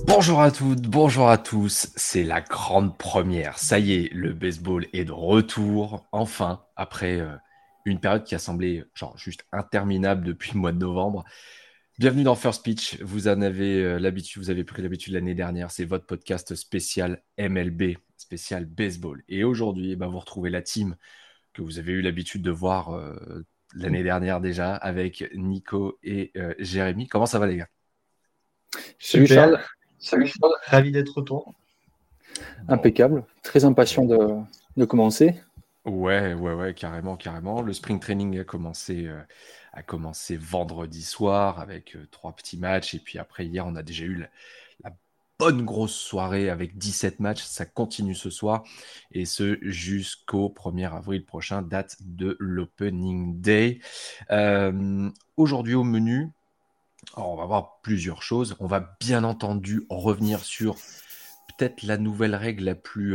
Bonjour à toutes, bonjour à tous, c'est la grande première. Ça y est, le baseball est de retour, enfin, après une période qui a semblé genre juste interminable depuis le mois de novembre. Bienvenue dans First Pitch, vous en avez l'habitude, vous avez pris l'habitude l'année dernière, c'est votre podcast spécial MLB, spécial baseball. Et aujourd'hui, vous retrouvez la team que vous avez eu l'habitude de voir l'année dernière déjà avec Nico et Jérémy. Comment ça va les gars? Salut Super, Charles, ravi d'être retour. Bon, impeccable, très impatient de commencer. ouais, carrément, carrément. Le spring training a commencé vendredi soir avec trois petits matchs. Et puis après, hier, on a déjà eu la bonne grosse soirée avec 17 matchs. Ça continue ce soir. Et ce jusqu'au 1er avril prochain, date de l'Opening Day. Aujourd'hui, au menu, alors, on va voir plusieurs choses. On va bien entendu revenir sur peut-être la nouvelle règle la plus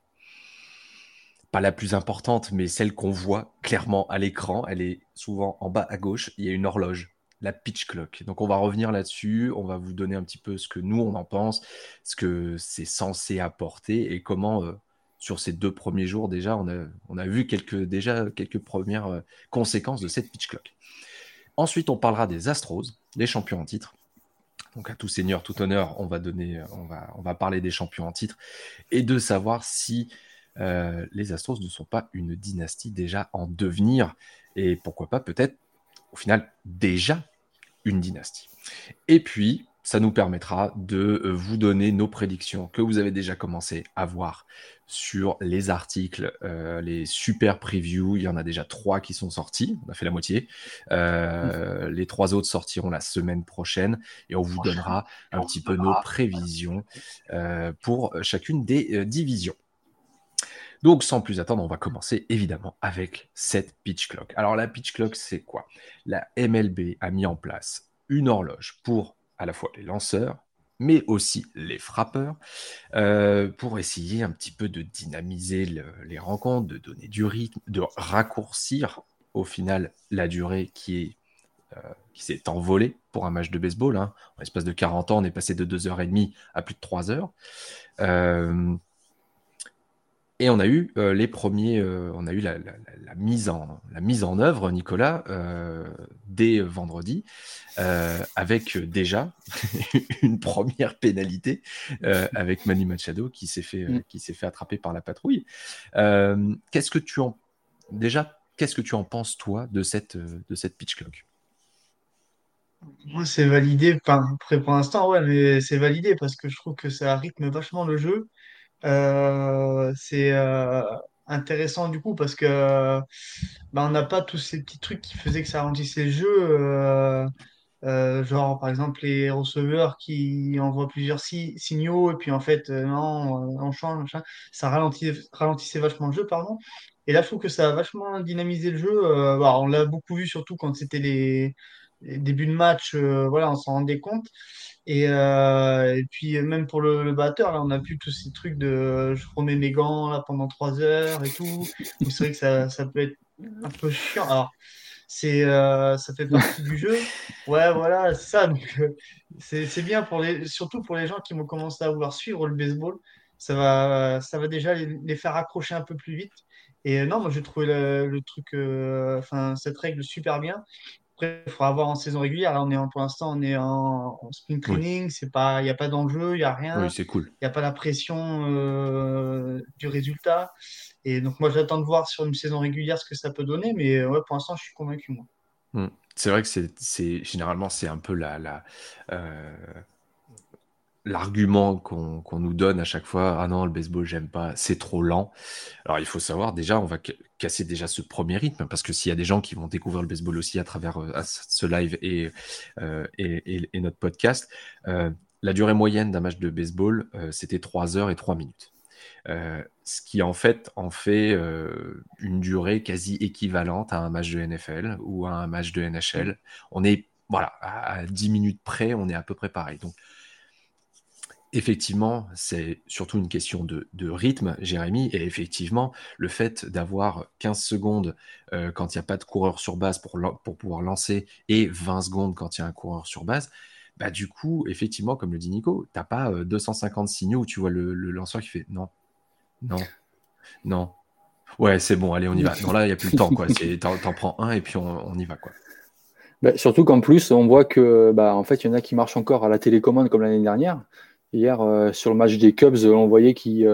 pas la plus importante, mais celle qu'on voit clairement à l'écran. Elle est souvent en bas à gauche. Il y a une horloge, la pitch clock. Donc on va revenir là-dessus. On va vous donner un petit peu ce que nous on en pense, ce que c'est censé apporter et comment sur ces 2 premiers jours déjà on a vu quelques premières conséquences de cette pitch clock. Ensuite on parlera des Astros, les champions en titre. Donc à tout seigneur, tout honneur, on va parler des champions en titre et de savoir si les Astros ne sont pas une dynastie déjà en devenir et pourquoi pas peut-être au final déjà une dynastie. Et puis, ça nous permettra de vous donner nos prédictions que vous avez déjà commencé à voir sur les articles, les super previews. Il y en a déjà 3 qui sont sortis. On a fait la moitié. Les 3 autres sortiront la semaine prochaine et on vous donnera un petit peu nos prévisions pour chacune des divisions. Donc, sans plus attendre, on va commencer évidemment avec cette pitch clock. Alors, la pitch clock, c'est quoi? La MLB a mis en place une horloge pour à la fois les lanceurs, mais aussi les frappeurs, pour essayer un petit peu de dynamiser les rencontres, de donner du rythme, de raccourcir au final la durée qui s'est envolée pour un match de baseball. Hein. En l'espace de 40 ans, on est passé de 2h30 à plus de 3 heures. Et on a eu les premiers, on a eu la mise en œuvre, Nicolas, dès vendredi, avec déjà une première pénalité avec Manny Machado qui s'est fait attraper par la patrouille. Qu'est-ce que tu en déjà, qu'est-ce que tu en penses toi de cette pitch clock? Moi, c'est validé. Enfin, après, pour l'instant, ouais, mais c'est validé parce que je trouve que ça rythme vachement le jeu. C'est intéressant du coup parce que on n'a pas tous ces petits trucs qui faisaient que ça ralentissait le jeu. Genre, par exemple, les receveurs qui envoient plusieurs signaux et puis en fait, non, on change, machin. Ça ralentissait vachement le jeu, pardon. Et là, je trouve que ça a vachement dynamisé le jeu. On l'a beaucoup vu, surtout quand c'était les débuts de match. Voilà, on s'en rendait compte. Et puis, même pour le batteur, là, on a plus tous ces trucs de je remets mes gants là, pendant 3 heures et tout. Où c'est vrai que ça peut être un peu chiant. Alors, ça fait partie du jeu. Ouais, voilà, c'est ça. Donc, c'est bien surtout pour les gens qui vont commencer à vouloir suivre le baseball. Ça va déjà les faire accrocher un peu plus vite. Et non, moi j'ai trouvé le truc, enfin cette règle super bien. Après, il faudra voir en saison régulière. Là, pour l'instant, on est en spring Oui, training. Il n'y a pas d'enjeu, il n'y a oui, rien. c'est cool. Il n'y a pas la pression du résultat. Et donc, moi, j'attends de voir sur une saison régulière ce que ça peut donner. Mais ouais, pour l'instant, je suis convaincu, moi. Mm. C'est vrai que généralement c'est un peu euh, l'argument qu'on nous donne à chaque fois. Ah non, le baseball, j'aime pas, c'est trop lent. Alors il faut savoir déjà, on va casser déjà ce premier rythme parce que s'il y a des gens qui vont découvrir le baseball aussi à travers ce live et notre podcast, euh, la durée moyenne d'un match de baseball, c'était 3 heures et 3 minutes. Ce qui en fait une durée quasi équivalente à un match de NFL ou à un match de NHL. On est voilà à 10 minutes près, on est à peu près pareil. Donc effectivement, c'est surtout une question de rythme, Jérémy, et effectivement, le fait d'avoir 15 secondes quand il n'y a pas de coureur sur base pour pouvoir lancer et 20 secondes quand il y a un coureur sur base, bah, du coup, effectivement, comme le dit Nico, t'as pas 250 signaux où tu vois le lanceur qui fait non, non, non. Ouais, c'est bon, allez, on y va. Non, là, il n'y a plus le temps, quoi. T'en prends un et puis on y va, quoi. Bah, surtout qu'en plus, on voit que en fait, il y en a qui marchent encore à la télécommande comme l'année dernière. Hier, sur le match des Cubs, on voyait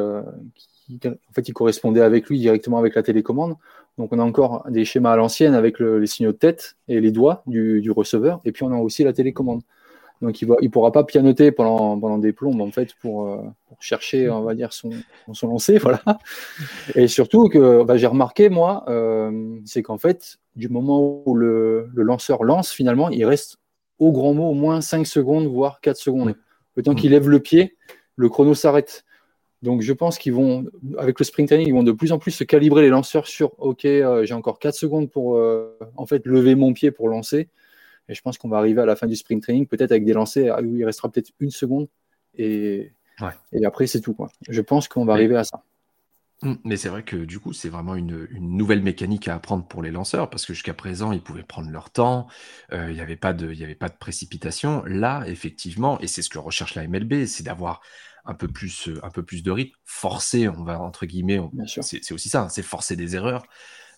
en fait, il correspondait avec lui directement avec la télécommande. Donc, on a encore des schémas à l'ancienne avec les signaux de tête et les doigts du receveur. Et puis, on a aussi la télécommande. Donc, il pourra pas pianoter pendant des plombes, en fait, pour chercher, on va dire, son lancer. Voilà. Et surtout que j'ai remarqué, moi, c'est qu'en fait, du moment où le lanceur lance, finalement, il reste au grand mot au moins 5 secondes, voire 4 secondes. Le temps qu'il lève le pied, le chrono s'arrête. Donc je pense qu'ils vont, avec le sprint training, ils vont de plus en plus se calibrer les lanceurs sur OK, j'ai encore 4 secondes pour en fait lever mon pied pour lancer. Et je pense qu'on va arriver à la fin du sprint training, peut-être avec des lancers où il restera peut-être 1 seconde. Et après, c'est tout, quoi. Je pense qu'on va arriver à ça. Mais c'est vrai que du coup, c'est vraiment une nouvelle mécanique à apprendre pour les lanceurs, parce que jusqu'à présent, ils pouvaient prendre leur temps, il n'y avait pas de précipitation. Là, effectivement, et c'est ce que recherche la MLB, c'est d'avoir un peu plus de rythme, forcer, on va entre guillemets, Bien sûr. c'est aussi ça, c'est forcer des erreurs.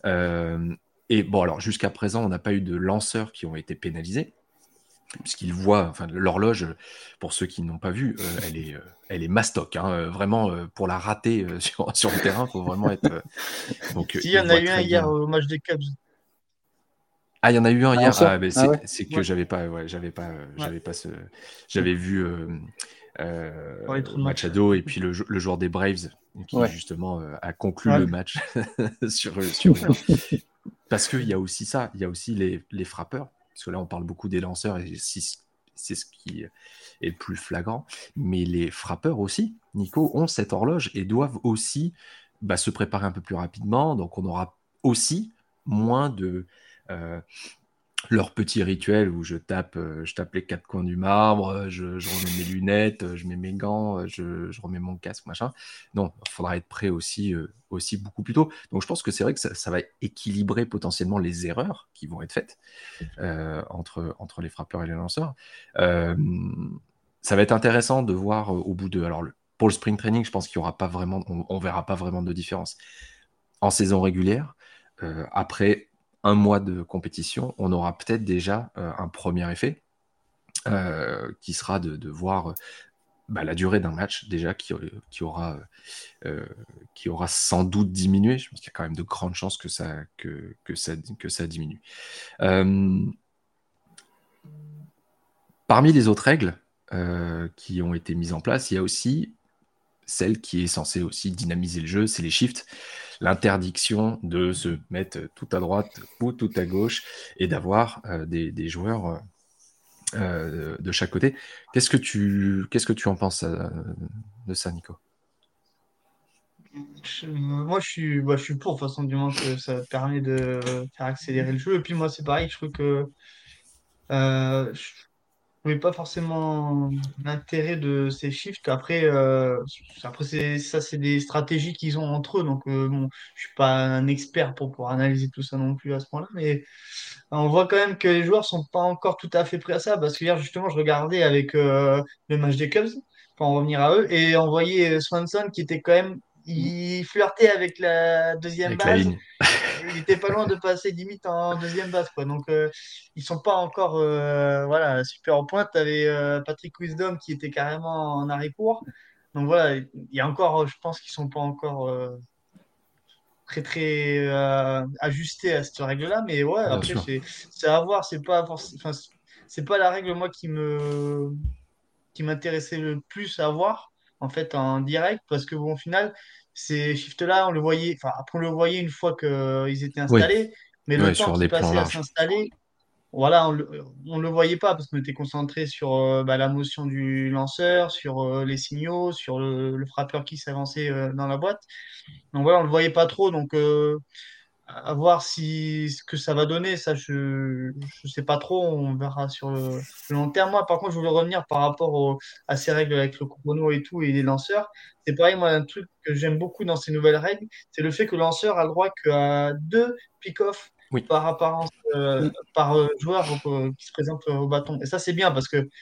Et bon, alors jusqu'à présent, on n'a pas eu de lanceurs qui ont été pénalisés, puisqu'ils voient, enfin l'horloge, pour ceux qui n'ont pas vu, elle est mastoc, hein, vraiment pour la rater sur le terrain, faut vraiment être. Donc Si, il y ils en a voient eu un très hier bien. au match des Cubs. Ah, il y en a eu un Un hier. lanceur? Ah, mais Ah ouais. c'est que j'avais pas, ouais, Ouais, j'avais pas ce. J'avais vu pour les trous de match. Machado et puis le joueur des Braves qui Ouais. justement a conclu Ouais. le match sur une erreur. Parce qu'il y a aussi ça, il y a aussi les frappeurs. Parce que là, on parle beaucoup des lanceurs et c'est ce qui est le plus flagrant. Mais les frappeurs aussi, Nico, ont cette horloge et doivent aussi se préparer un peu plus rapidement. Donc, on aura aussi moins de leur petit rituel où je tape les 4 coins du marbre, je remets mes lunettes, je mets mes gants, je remets mon casque, machin. Non, il faudra être prêt aussi beaucoup plus tôt. Donc je pense que c'est vrai que ça va équilibrer potentiellement les erreurs qui vont être faites entre les frappeurs et les lanceurs. Euh, Ça va être intéressant de voir au bout de. Alors pour le spring training, je pense qu'il y aura pas vraiment, on verra pas vraiment de différence. En saison régulière, après un mois de compétition, on aura peut-être déjà un premier effet qui sera de voir la durée d'un match déjà qui aura sans doute diminué. Je pense qu'il y a quand même de grandes chances que ça diminue. Parmi les autres règles qui ont été mises en place, il y a aussi celle qui est censée aussi dynamiser le jeu, c'est les shifts, l'interdiction de se mettre tout à droite ou tout à gauche et d'avoir des joueurs de chaque côté. Qu'est-ce que tu en penses de ça, Nico? Moi, je suis pour, de toute façon, du moment que ça permet de faire accélérer le jeu. Et puis, moi, c'est pareil, je trouve que je trouvais pas forcément l'intérêt de ces shifts. Après c'est des stratégies qu'ils ont entre eux. Donc, bon, je suis pas un expert pour pouvoir analyser tout ça non plus à ce point-là. Mais on voit quand même que les joueurs sont pas encore tout à fait prêts à ça. Parce que hier, justement, je regardais avec le match des Cubs, pour en revenir à eux, et on voyait Swanson qui était quand même. Il flirtait avec la deuxième Avec la base. ligne. Il était pas loin de passer limite en deuxième base, quoi. Donc, ils sont pas encore voilà, super au point. Tu avais Patrick Wisdom qui était carrément en arrêt-court. Donc, voilà, il y a encore, je pense qu'ils sont pas encore très, très ajustés à cette règle-là. Mais ouais, Bien après, sûr. c'est à voir. Enfin, c'est pas la règle, moi, qui m'intéressait le plus à voir en fait en direct parce que bon, au final ces shifts là on le voyait, enfin après on le voyait une fois qu'ils étaient Oui, installés, mais le ouais, temps sur qui des plans passait à larges. s'installer, voilà, on le voyait pas parce qu'on était concentré sur la motion du lanceur, sur les signaux, sur le frappeur qui s'avançait dans la boîte. Donc voilà, on le voyait pas trop. Donc à voir si ce que ça va donner, ça je sais pas trop, on verra sur le long terme. Moi, par contre, je voulais revenir par rapport à ces règles avec le chrono et tout et les lanceurs. C'est pareil, moi, un truc que j'aime beaucoup dans ces nouvelles règles, c'est le fait que le lanceur a le droit qu'à 2 pick-off Oui, par apparence, par joueur qui se présente au bâton. Et ça, c'est bien parce que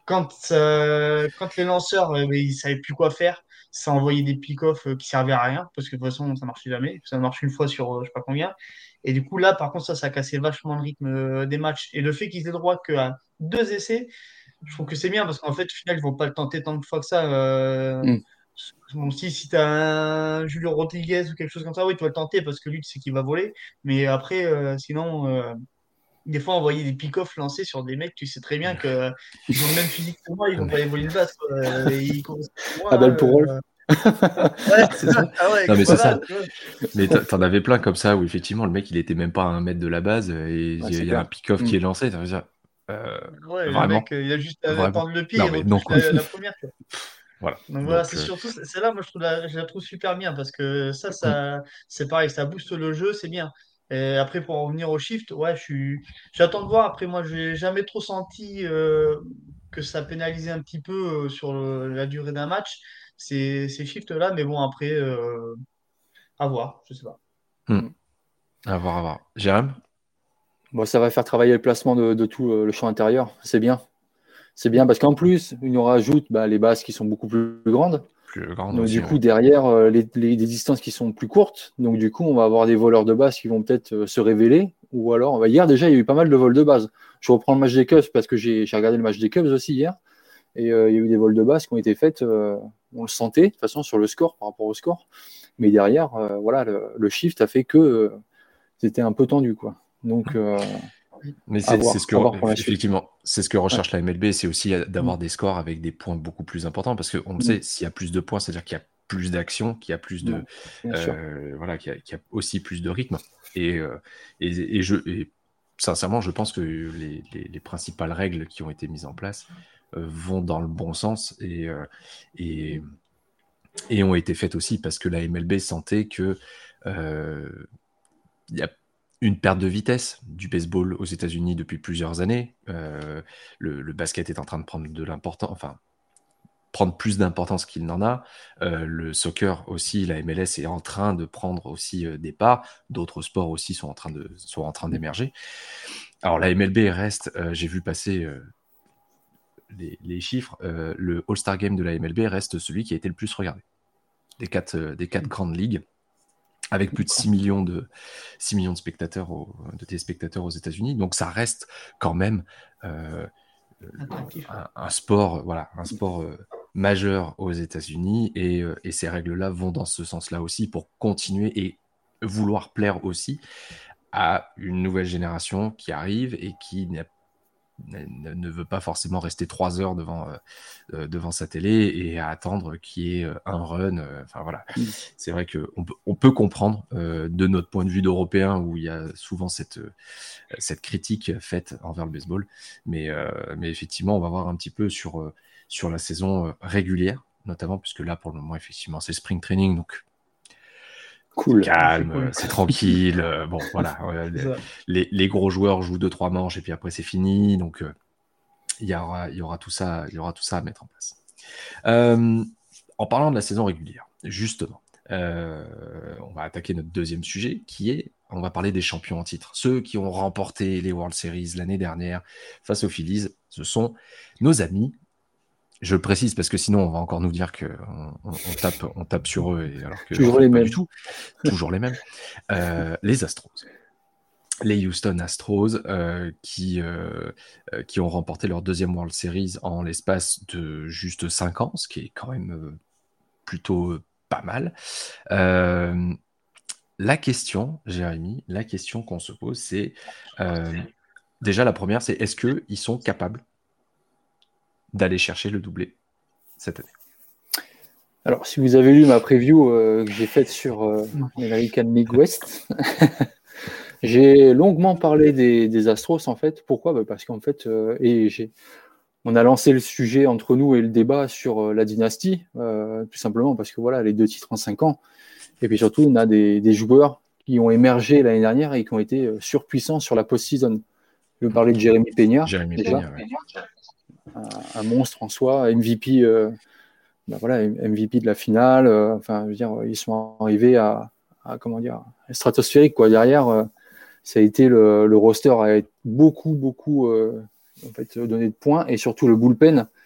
quand les lanceurs, mais ils savaient plus quoi faire, ça envoyait des pick-off qui servaient à rien, parce que de toute façon, ça marchait jamais. Ça marche une fois sur je sais pas combien. Et du coup, là, par contre, ça cassait vachement le rythme des matchs. Et le fait qu'ils aient droit qu'à 2 essais, je trouve que c'est bien, parce qu'en fait, au final, ils vont pas le tenter tant de fois que ça. Mm. Bon, si tu as un Julio Rodriguez ou quelque chose comme ça, oui, tu vas le tenter, parce que lui, tu sais qu'il va voler. Mais après, sinon, des fois, envoyer des pick-off lancés sur des mecs, tu sais très bien que ils ont le même physique que moi, ils Non, vont pas mais, les voler le base, quoi. Et ils correspondent à À moi. balle pour rôle. Ouais, c'est ça. ah ouais, Non, mais c'est voilà, ça. tu vois. Mais t'en avais plein comme ça où effectivement le mec il était même pas à 1 mètre de la base et Ouais, il c'est y a un clair. pick-off Mm. qui est lancé. Ça veut dire Ouais, le mec, vraiment, il a juste à vraiment. tendre le pied, Non, il mais non retouche quoi. la première, quoi. Voilà. Donc voilà, Donc, c'est surtout celle-là, moi je la trouve super bien parce que mm, c'est pareil, ça booste le jeu, c'est bien. Et après, pour en revenir au shift, ouais, j'attends de voir. Après, moi, j'ai jamais trop senti que ça pénalisait un petit peu sur la durée d'un match, ces shifts-là, mais bon, après, à voir, je sais pas. mm. Mm. À voir, à voir. Jérém? Bon, ça va faire travailler le placement de tout le champ intérieur. C'est bien. C'est bien parce qu'en plus, il nous rajoute les bases qui sont beaucoup plus grandes. Plus grande Donc, aussi, du ouais. coup, derrière, des distances qui sont plus courtes. Donc, du coup, on va avoir des voleurs de base qui vont peut-être se révéler. Ou alors, hier, déjà, il y a eu pas mal de vols de base. Je reprends le match des Cubs parce que j'ai regardé le match des Cubs aussi hier. Et il y a eu des vols de base qui ont été faits. On le sentait, de toute façon, sur le score, par rapport au score. Mais derrière, voilà, le shift a fait que c'était un peu tendu, quoi. Donc, Mais à c'est ce que, voir pour la suite. effectivement, c'est ce que Ouais. recherche la MLB, c'est aussi Mm. d'avoir des scores avec des points beaucoup plus importants, parce qu'on le Mm. sait, s'il y a plus de points, c'est-à-dire qu'il y a plus d'action, qu'il y a plus Ouais, de, bien sûr. voilà, qu'il y a aussi plus de rythme. Et, et sincèrement, je pense que les principales règles qui ont été mises en place vont dans le bon sens et, et ont été faites aussi parce que la MLB sentait que il y a une perte de vitesse du baseball aux États-Unis depuis plusieurs années. Le basket est en train de prendre de l'importance, enfin prendre plus d'importance qu'il n'en a. Le soccer aussi, la MLS est en train de prendre aussi des parts. D'autres sports aussi sont en train d'émerger. Alors la MLB reste, j'ai vu passer les chiffres, le All-Star Game de la MLB reste celui qui a été le plus regardé des quatre grandes ligues, avec plus de 6 millions de spectateurs, de téléspectateurs aux États-Unis. Donc ça reste quand même Attractif. un sport, voilà, un sport majeur aux États-Unis, et ces règles-là vont dans ce sens-là aussi pour continuer et vouloir plaire aussi à une nouvelle génération qui arrive et qui ne veut pas forcément rester 3 heures devant sa télé et à attendre qu'il y ait un run. Enfin voilà, Mm. c'est vrai on peut comprendre de notre point de vue d'Européen où il y a souvent cette critique faite envers le baseball, mais effectivement, on va voir un petit peu sur la saison régulière, notamment puisque là pour le moment effectivement c'est spring training, donc c'est Cool. Ouais, c'est calme, cool. c'est tranquille. Bon, voilà, C'est ça. les gros joueurs jouent 2-3 manches et puis après c'est fini. Donc il y aura tout ça, il y aura tout ça à mettre en place. En parlant de la saison régulière, justement, on va attaquer notre deuxième sujet, qui est, on va parler des champions en titre, ceux qui ont remporté les World Series l'année dernière face aux Phillies. Ce sont nos amis. Je le précise parce que sinon on va encore nous dire que on tape sur eux, et alors qu'en Toujours fait les pas du mêmes. tout. Toujours les mêmes. Les Astros. Les Houston Astros qui ont remporté leur deuxième World Series en l'espace de juste 5 ans, ce qui est quand même plutôt pas mal. Euh, la question, Jérémy, la question qu'on se pose, c'est déjà la première, c'est est-ce qu'ils sont capables d'aller chercher le doublé cette année? Alors, si vous avez lu ma preview que j'ai faite sur l'American League West, j'ai longuement parlé des Astros en fait. Pourquoi? Parce qu'en fait, on a lancé le sujet entre nous et le débat sur la dynastie, tout simplement parce que voilà, les 2 titres en 5 ans. Et puis surtout, on a des joueurs qui ont émergé l'année dernière et qui ont été surpuissants sur la post-season. Je veux parler de Jérémy Peña, Jérémy déjà, Peña, ouais. un monstre en soi, MVP, voilà, MVP de la finale. Enfin, je veux dire, ils sont arrivés comment dire, stratosphérique quoi. Derrière, ça a été le roster a beaucoup en fait donné de points et surtout le bullpen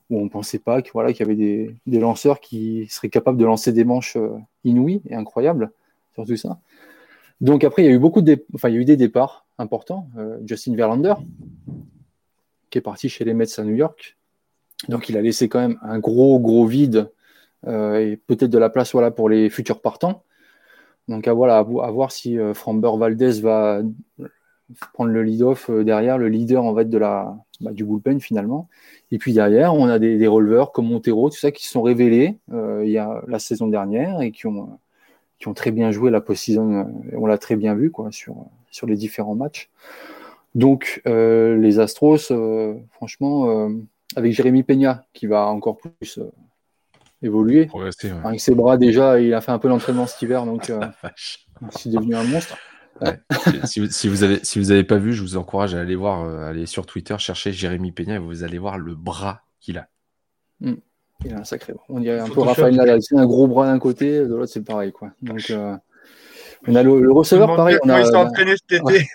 où on ne pensait pas qu'il y avait des lanceurs qui seraient capables de lancer des manches inouïes et incroyables sur tout ça. Donc après, il y a eu il y a eu des départs importants. Justin Verlander, qui est parti chez les Mets à New York. Donc il a laissé quand même un gros vide et peut-être de la place pour les futurs partants. Donc à voir si Framber Valdez va prendre le lead-off derrière, le leader en fait du bullpen finalement. Et puis derrière, on a des releveurs comme Montero, tout ça qui se sont révélés il y a la saison dernière et qui ont très bien joué la post-season. On l'a très bien vu sur les différents matchs. Donc les Astros, franchement, avec Jérémy Peña qui va encore plus évoluer. Progresser, ouais. Avec ses bras déjà, il a fait un peu d'entraînement cet hiver, donc c'est devenu un monstre. Ouais. Si vous avez pas vu, je vous encourage à aller voir, aller sur Twitter, chercher Jérémy Peña et vous allez voir le bras qu'il a. Il a un sacré bras. On dirait un peu Raphaël Nadal. C'est un gros bras d'un côté, de l'autre c'est pareil, quoi. Donc on a le receveur pareil. On s'est entraîné cet été.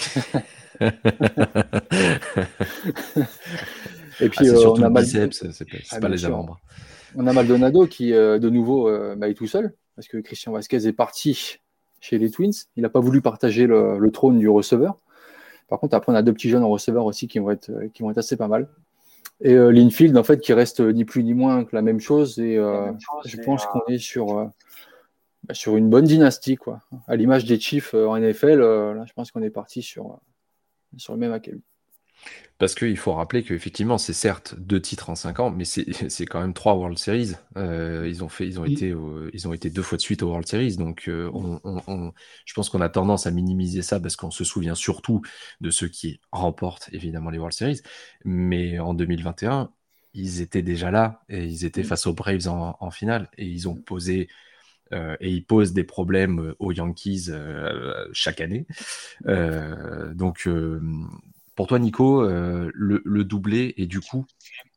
Et puis c'est surtout le biceps, c'est pas les avant-bras. On a Maldonado qui de nouveau est tout seul parce que Christian Vasquez est parti chez les Twins. Il n'a pas voulu partager le trône du receveur. Par contre, après, on a 2 petits jeunes en receveur aussi qui vont être assez pas mal. Et l'infield, en fait, qui reste ni plus ni moins que la même chose. Et je pense qu'on est sur une bonne dynastie, quoi. À l'image des Chiefs en NFL, là, je pense qu'on est parti sur le même accueil. Parce qu'il faut rappeler qu'effectivement, c'est certes 2 titres en 5 ans, mais c'est quand même 3 World Series. Ils ont été 2 fois de suite aux World Series. Donc, je pense qu'on a tendance à minimiser ça parce qu'on se souvient surtout de ceux qui remportent évidemment les World Series. Mais en 2021, ils étaient déjà là et ils étaient face aux Braves en finale et ils ont posé et ils posent des problèmes aux Yankees chaque année. Donc, pour toi, Nico, le doublé et du coup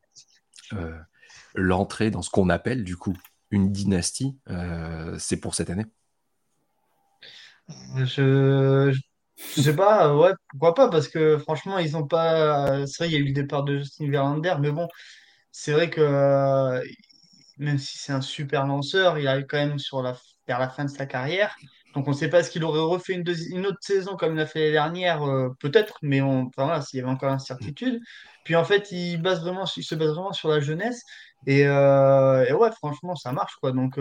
l'entrée dans ce qu'on appelle du coup une dynastie, c'est pour cette année? Je sais pas, ouais, pourquoi pas, parce que franchement, ils ont pas. C'est vrai, il y a eu le départ de Justin Verlander, mais bon, c'est vrai que même si c'est un super lanceur, il arrive quand même vers la fin de sa carrière. Donc on ne sait pas ce qu'il aurait refait une autre saison comme il a fait l'année dernière, peut-être, mais enfin, voilà, s'il y avait encore incertitude. Puis en fait, il se base vraiment sur la jeunesse. Et ouais, franchement, ça marche, quoi. Donc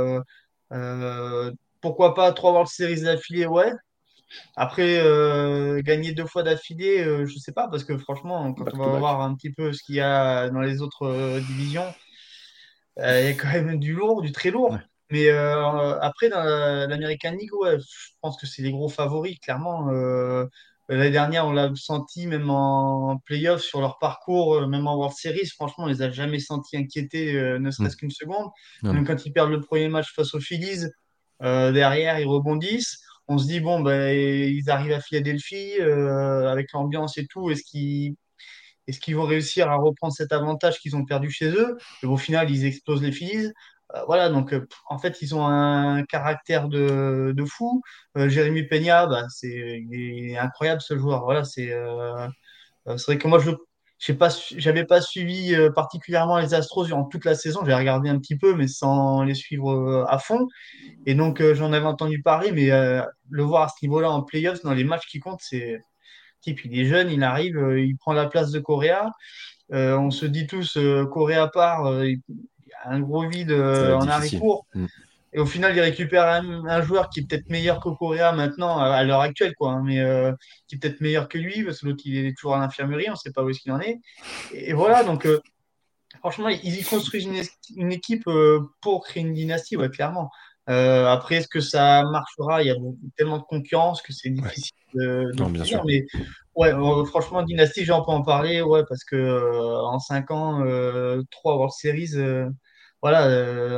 euh, pourquoi pas 3 World Series d'affilée, ouais. Après, gagner 2 fois d'affilée, je sais pas, parce que franchement, quand Back on to va back. voir un petit peu ce qu'il y a dans les autres divisions, il y a quand même du lourd, du très Ouais. lourd. Mais après, dans l'American League, ouais, je pense que c'est les gros favoris, clairement. L'année dernière, on l'a senti, même en playoff, sur leur parcours, même en World Series, franchement, on les a jamais sentis inquiétés, ne serait-ce qu'une seconde. Non, Même non. quand ils perdent le premier match face aux Phillies, derrière, ils rebondissent. On se dit, bon, ben, ils arrivent à Philadelphie, avec l'ambiance et tout. Est-ce qu'ils vont réussir à reprendre cet avantage qu'ils ont perdu chez eux? Et au final, ils explosent les Phillies. Voilà, donc en fait, ils ont un caractère de fou. Jérémy Peña, bah, il est incroyable ce joueur. Voilà, c'est vrai que moi, je j'avais pas suivi particulièrement les Astros durant toute la saison. J'ai regardé un petit peu, mais sans les suivre à fond. Et donc, j'en avais entendu parler, mais le voir à ce niveau-là en playoffs, dans les matchs qui comptent, type, il est jeune, il arrive, il prend la place de Correa. On se dit tous, Correa part, il y a un gros vide Ça va être en difficile. arrière-cour. Et au final, il récupère un joueur qui est peut-être meilleur que Correa maintenant, à l'heure actuelle, quoi, hein, mais qui est peut-être meilleur que lui, parce que l'autre, il est toujours à l'infirmerie, on ne sait pas où est-ce qu'il en est. Et voilà, donc franchement, ils y construisent une équipe pour créer une dynastie, ouais, clairement. Après, est-ce que ça marchera? Il y a tellement de concurrence que c'est Ouais. difficile de Non, bien prédire. sûr. Mais ouais, franchement, dynastie, j'en peux en parler, ouais, parce que en 5 ans, 3 World Series, voilà,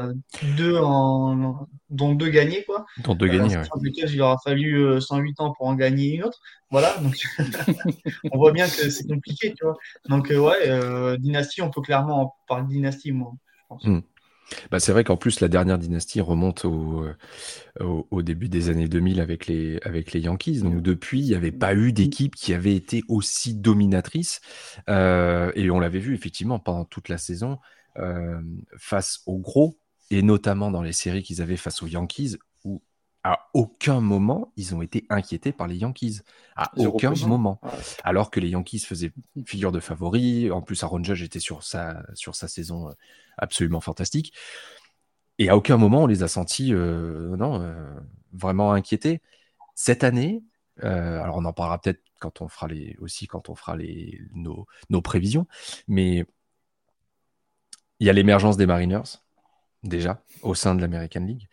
dont deux gagnés, quoi. Dans deux gagnés, ouais. Sachant que lesquels il aura fallu 108 ans pour en gagner une autre. Voilà, donc on voit bien que c'est compliqué, tu vois. Donc, ouais, dynastie, on peut clairement en parler de dynastie, moi, je pense. Mm. Bah, c'est vrai qu'en plus, la dernière dynastie remonte au début des années 2000 avec les Yankees. Donc depuis, il n'y avait pas eu d'équipe qui avait été aussi dominatrice. Et on l'avait vu effectivement pendant toute la saison face aux gros, et notamment dans les séries qu'ils avaient face aux Yankees, où à aucun moment ils ont été inquiétés par les Yankees. À Zéro aucun pression. moment. Ouais. Alors que les Yankees faisaient figure de favori. En plus, Aaron Judge était sur sa saison absolument fantastique. Et à aucun moment on les a sentis vraiment inquiétés. Cette année, alors on en parlera peut-être quand on fera nos prévisions, mais il y a l'émergence des Mariners déjà au sein de l'American League.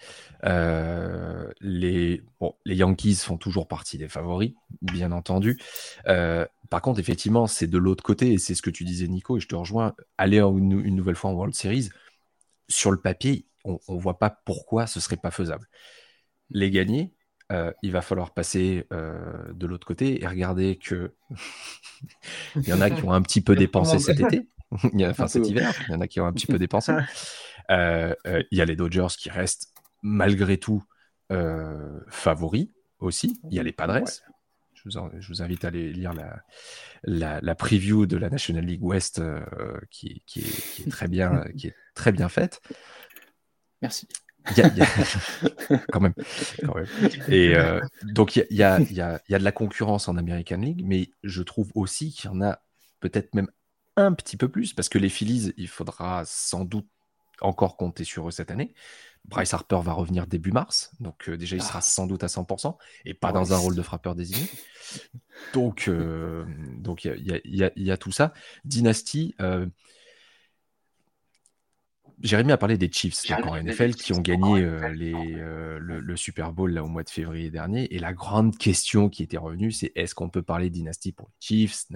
Les Yankees font toujours partie des favoris, bien entendu. Par contre, effectivement, c'est de l'autre côté, et c'est ce que tu disais, Nico, et je te rejoins. Aller une nouvelle fois en World Series, sur le papier, on ne voit pas pourquoi ce serait pas faisable. Les gagner, il va falloir passer de l'autre côté et regarder que il y en a qui ont un petit peu dépensé cet été, cet hiver, il y en a qui ont un petit peu dépensé. Il y a les Dodgers qui restent malgré tout favoris aussi. Il y a les Padres. Ouais. Je vous invite à aller lire la preview de la National League West qui est très bien faite. Merci. Quand même. Et donc il y a de la concurrence en American League, mais je trouve aussi qu'il y en a peut-être même un petit peu plus, parce que les Phillies, il faudra sans doute encore compter sur eux cette année. Bryce Harper va revenir début mars, donc déjà il sera sans doute à 100% et pas dans un rôle de frappeur désigné. Donc il y a tout ça. Dynasty. Jérémy a parlé des Chiefs donc en NFL qui ont gagné le Super Bowl là, au mois de février dernier. Et la grande question qui était revenue, c'est est-ce qu'on peut parler de dynastie pour les Chiefs?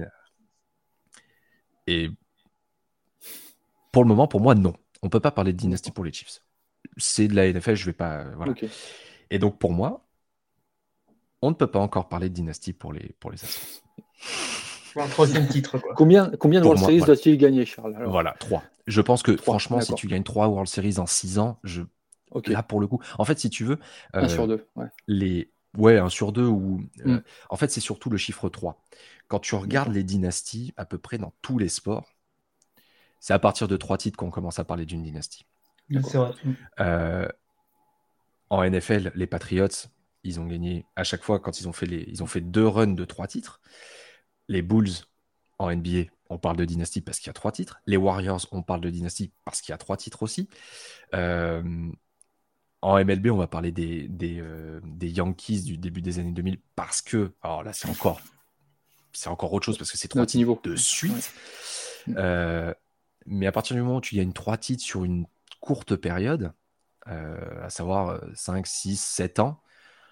Et pour le moment, pour moi, non. On ne peut pas parler de dynastie pour les Chiefs. C'est de la NFL, je ne vais pas... voilà. Okay. Et donc pour moi, on ne peut pas encore parler de dynastie pour les Astros. Un troisième titre, quoi. Combien de World Series doit-il gagner, Charles, alors? Voilà, 3. Je pense que, franchement, d'accord. Si tu gagnes 3 World Series en 6 ans, là, pour le coup... En fait, si tu veux... 1 sur 2, ouais. 1 sur 2, ou... en fait, c'est surtout le chiffre 3. Quand tu regardes les dynasties, à peu près dans tous les sports, c'est à partir de 3 titres qu'on commence à parler d'une dynastie. C'est vrai. En NFL, les Patriots, ils ont gagné à chaque fois quand ils ont fait 2 runs de 3 titres. Les Bulls, en NBA, on parle de dynastie parce qu'il y a 3 titres. Les Warriors, on parle de dynastie parce qu'il y a 3 titres aussi. En MLB, on va parler des Yankees du début des années 2000 parce que, alors là, c'est encore autre chose parce que c'est 3 titres de suite. Ouais. Mais à partir du moment où tu gagnes 3 titres sur une courte période, à savoir 5, 6, 7 ans,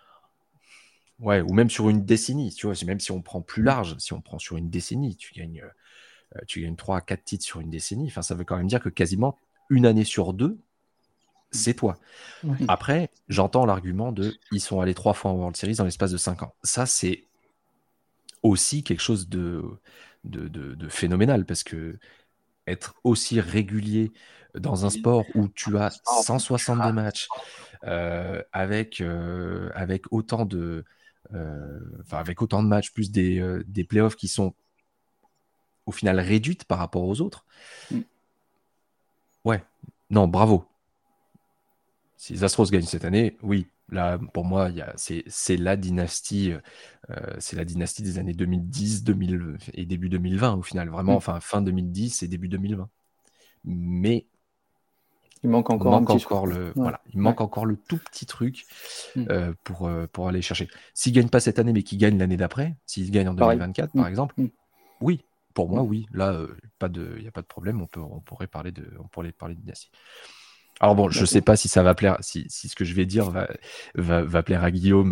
ouais, ou même sur une décennie, tu vois, même si on prend plus large, si on prend sur une décennie, tu gagnes 3 à 4 titres sur une décennie, enfin, ça veut quand même dire que quasiment une année sur 2, c'est toi. Ouais. Après, j'entends l'argument ils sont allés 3 fois en World Series dans l'espace de 5 ans. Ça, c'est aussi quelque chose de phénoménal, parce que être aussi régulier dans un sport où tu as 162 matchs avec autant de matchs, plus des playoffs qui sont au final réduites par rapport aux autres. Ouais, non, bravo. Si les Astros gagnent cette année, oui, là, pour moi, c'est la dynastie des années 2010, 2000 et début 2020 au final, vraiment, enfin fin 2010 et début 2020. Mais il manque encore encore le tout petit truc pour aller chercher. S'ils gagnent pas cette année, mais qu'ils gagnent l'année d'après, s'ils gagnent en 2024 par exemple, oui, pour moi, oui. Là, il n'y a pas de problème. On pourrait parler de dynastie. Alors bon, je sais pas si ça va plaire, si ce que je vais dire va plaire à Guillaume,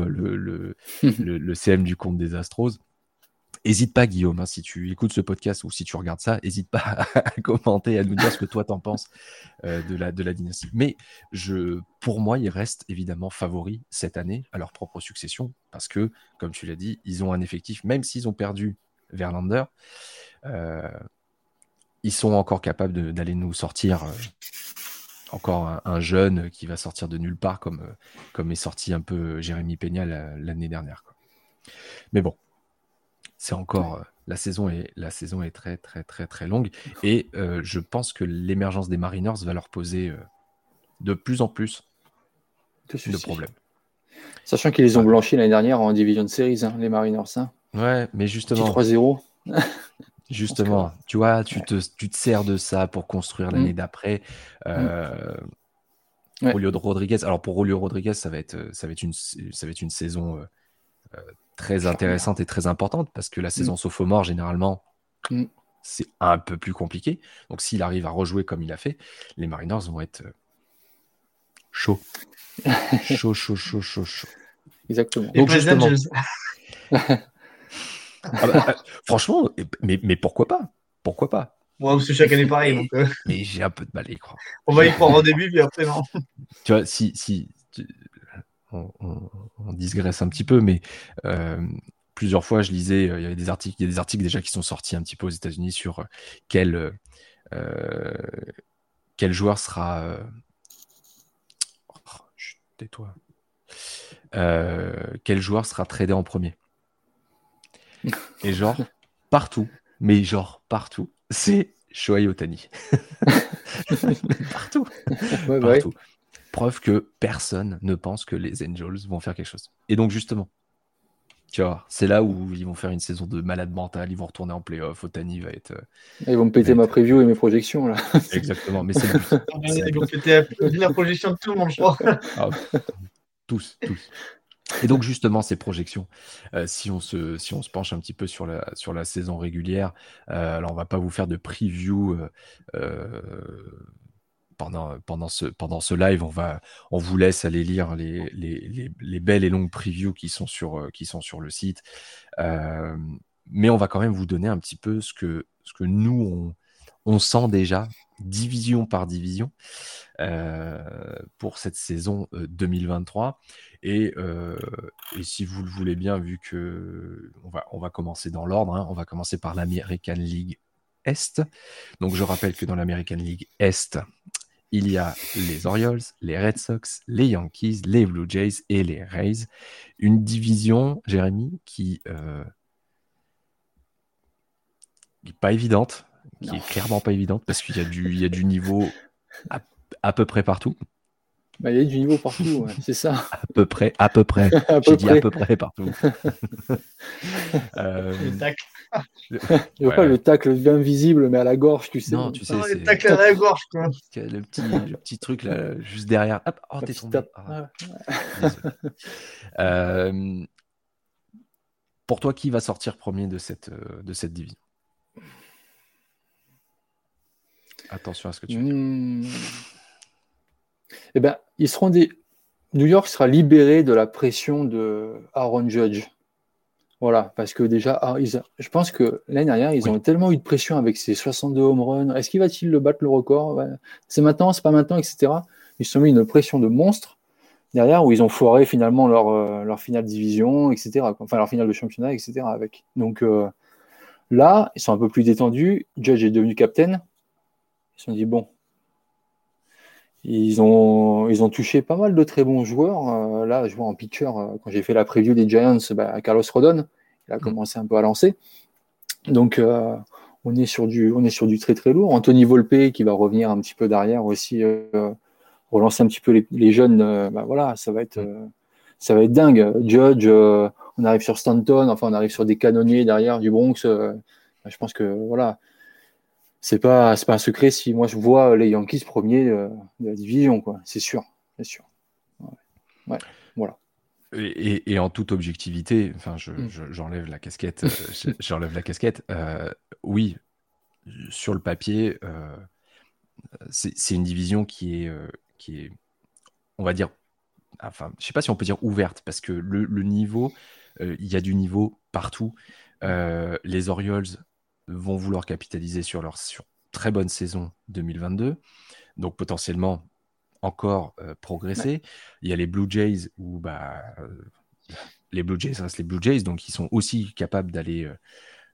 le CM du compte des Astros. Hésite pas, Guillaume, hein, si tu écoutes ce podcast ou si tu regardes ça, hésite pas à commenter, à nous dire ce que toi t'en penses de la dynastie. Mais pour moi, ils restent évidemment favoris cette année à leur propre succession, parce que, comme tu l'as dit, ils ont un effectif, même s'ils ont perdu Verlander, ils sont encore capables d'aller nous sortir encore un jeune qui va sortir de nulle part comme est sorti un peu Jérémy Peña l'année dernière, quoi. Mais bon, c'est encore la saison est très très très très longue et je pense que l'émergence des Mariners va leur poser de plus en plus De de soucis. problèmes. Sachant qu'ils les ont Ah, blanchis l'année dernière en Division Series, les Mariners. ouais, mais Petit justement, 3-0. justement, tu vois, tu te sers de ça pour construire l'année Mm, d'après. mm. Ouais. Julio Rodriguez. Alors pour Julio Rodriguez, ça va être une saison très Charnière. intéressante et très importante parce que la Mm, saison sophomore, généralement, mm. c'est un peu plus compliqué. Donc s'il arrive à rejouer comme il a fait, les Mariners vont être chauds. Chaud, chaud, chaud, chaud, chaud. Exactement. Les Donc Los justement, Angeles. franchement, mais pourquoi pas? Pourquoi pas? Bon, c'est chaque année pareil, donc Mais j'ai un peu de mal à y croire. on va y croire au début, puis après, non. Tu vois, on digresse un petit peu, mais plusieurs fois, je lisais, il y a des articles déjà qui sont sortis un petit peu aux États-Unis sur quel, euh, quel joueur sera. Chut, tais-toi. Quel joueur sera tradé en premier. Et genre, partout, mais genre partout, c'est Shohei Ohtani. Partout, Ouais, bah ouais. partout. Preuve que personne ne pense que les Angels vont faire quelque chose. Et donc, justement, tu vois, c'est là où ils vont faire une saison de malade mental, ils vont retourner en playoff, Ohtani va être. Ils vont me Va péter ma être preview et mes projections là. exactement, mais c'est le but. C'est le Ils vont but. péter la projection de tout le monde, je crois. Ah, tous, tous. Et donc justement, ces projections, si on se penche un petit peu sur la saison régulière, alors on va pas vous faire de preview pendant ce live, on vous laisse aller lire les belles et longues previews qui sont sur le site. Euh, mais on va quand même vous donner un petit peu ce que nous, on sent déjà, division par division, pour cette saison 2023. Et si vous le voulez bien, vu que on va commencer dans l'ordre, hein, on va commencer par l'American League Est. Donc je rappelle que dans l'American League Est, il y a les Orioles, les Red Sox, les Yankees, les Blue Jays et les Rays. Une division, Jérémy, qui n'est pas évidente, qui Non. est clairement pas évidente, parce qu'il y a du niveau à, à peu près partout. Bah, il y a du niveau partout, ouais, c'est ça. À peu près, à peu près. À J'ai peu dit à près. peu près partout. Les Euh, tacles. Je vois pas ouais. le tacle bien visible, mais à la gorge, tu sais. Non, tu sais, Non, les c'est tacles à la gorge, quoi. le petit truc là, juste derrière. Hop, oh, Quand t'es il se tombé. tape. Ah, Ah, désolé. Euh, pour toi, qui va sortir premier de cette division? Attention à ce que tu veux dire. Eh ben, ils seront des. New York sera libéré de la pression de Aaron Judge. Voilà, parce que déjà, je pense que l'année dernière, ils Oui. ont tellement eu de pression avec ces 62 home runs. Est-ce qu'il va-t-il le battre le record? Ouais. C'est maintenant, c'est pas maintenant, etc. Ils se sont mis une pression de monstre derrière où ils ont foiré finalement leur finale de division, etc. Enfin, leur finale de championnat, etc. avec. Donc là, ils sont un peu plus détendus. Judge est devenu captain. Ils se sont dit, bon, ils ont touché pas mal de très bons joueurs. Là, je vois en pitcher, quand j'ai fait la preview des Giants, Carlos Rodon, il a Mm. commencé un peu à lancer. Donc, on est sur du très très lourd. Anthony Volpe qui va revenir un petit peu derrière aussi, relancer un petit peu les jeunes. Voilà, Mm. ça va être dingue. Judge, on arrive sur Stanton, enfin on arrive sur des canonniers derrière du Bronx. Je pense que voilà, c'est pas un secret si moi je vois les Yankees premiers de la division, quoi. C'est sûr, c'est sûr. Ouais, ouais, voilà. Et en toute objectivité, enfin, Mm. j'enlève la casquette. J'enlève la casquette. Oui, sur le papier, c'est une division qui est, on va dire, enfin, je sais pas si on peut dire ouverte, parce que le niveau, il y a du niveau partout. Les Orioles vont vouloir capitaliser sur très bonne saison 2022, donc potentiellement encore Ouais, progresser. Il y a les Blue Jays où les Blue Jays restent les Blue Jays, donc ils sont aussi capables d'aller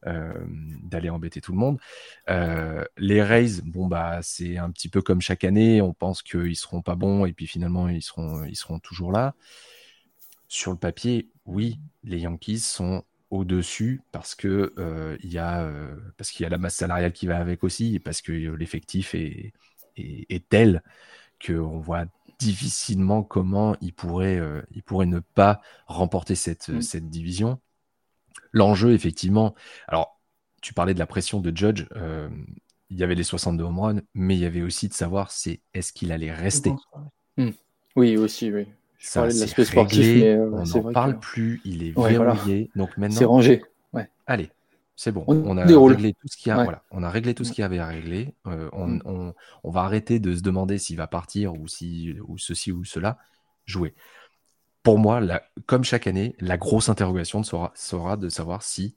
d'aller embêter tout le monde. Les Rays, bon bah c'est un petit peu comme chaque année, on pense qu'ils seront pas bons et puis finalement ils seront toujours là. Sur le papier, oui, les Yankees sont au-dessus parce que parce qu'il y a la masse salariale qui va avec aussi et parce que l'effectif est tel qu'on voit difficilement comment ils pourraient ne pas remporter cette division. L'enjeu, effectivement, alors tu parlais de la pression de Judge, il y avait les 62 home runs, mais il y avait aussi de savoir est-ce qu'il allait rester. Oui, aussi, oui. Je Ça, parlais de c'est l'aspect sportif, réglé, mais on c'est n'en vrai parle que plus, il est ouais, voilà, verrouillé. Donc c'est maintenant, rangé. Ouais. allez, c'est bon, On on a déroule. réglé tout ce qu'il y a, Ouais. voilà, on a réglé tout ce qu'il y avait à régler. On va arrêter de se demander s'il va partir ou ceci ou cela. Jouer. Pour moi, comme chaque année, la grosse interrogation sera de savoir si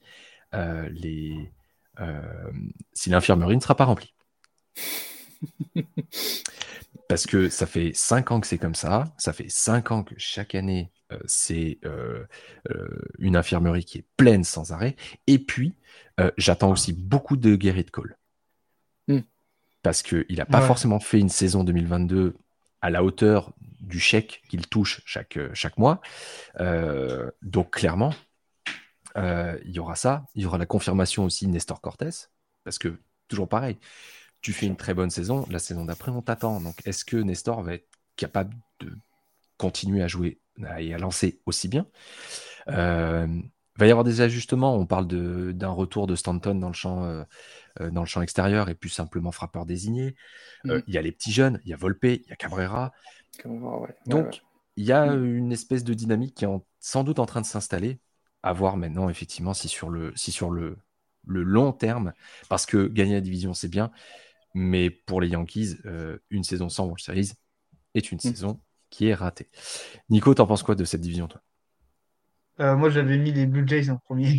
si l'infirmerie ne sera pas remplie. Parce que ça fait 5 ans que c'est comme ça fait 5 ans que chaque année, c'est une infirmerie qui est pleine sans arrêt. Et puis, j'attends aussi beaucoup de Gerrit Cole. Parce qu'il n'a pas forcément fait une saison 2022 à la hauteur du chèque qu'il touche chaque mois. Donc, clairement, il y aura ça. Il y aura la confirmation aussi de Nestor Cortés. Parce que, toujours pareil, tu fais une très bonne saison, la saison d'après, on t'attend. Donc, est-ce que Nestor va être capable de continuer à jouer et à lancer aussi bien? Va y avoir des ajustements. On parle d'un retour de Stanton dans le champ extérieur et plus simplement frappeur désigné. Il y a les petits jeunes, il y a Volpe, il y a Cabrera. Donc, il y a une espèce de dynamique qui est sans doute en train de s'installer. À voir maintenant, effectivement, si sur le long terme, parce que gagner la division, c'est bien, mais pour les Yankees, une saison sans World Series est une saison qui est ratée. Nico, t'en penses quoi de cette division, toi? Moi, j'avais mis les Blue Jays en premier.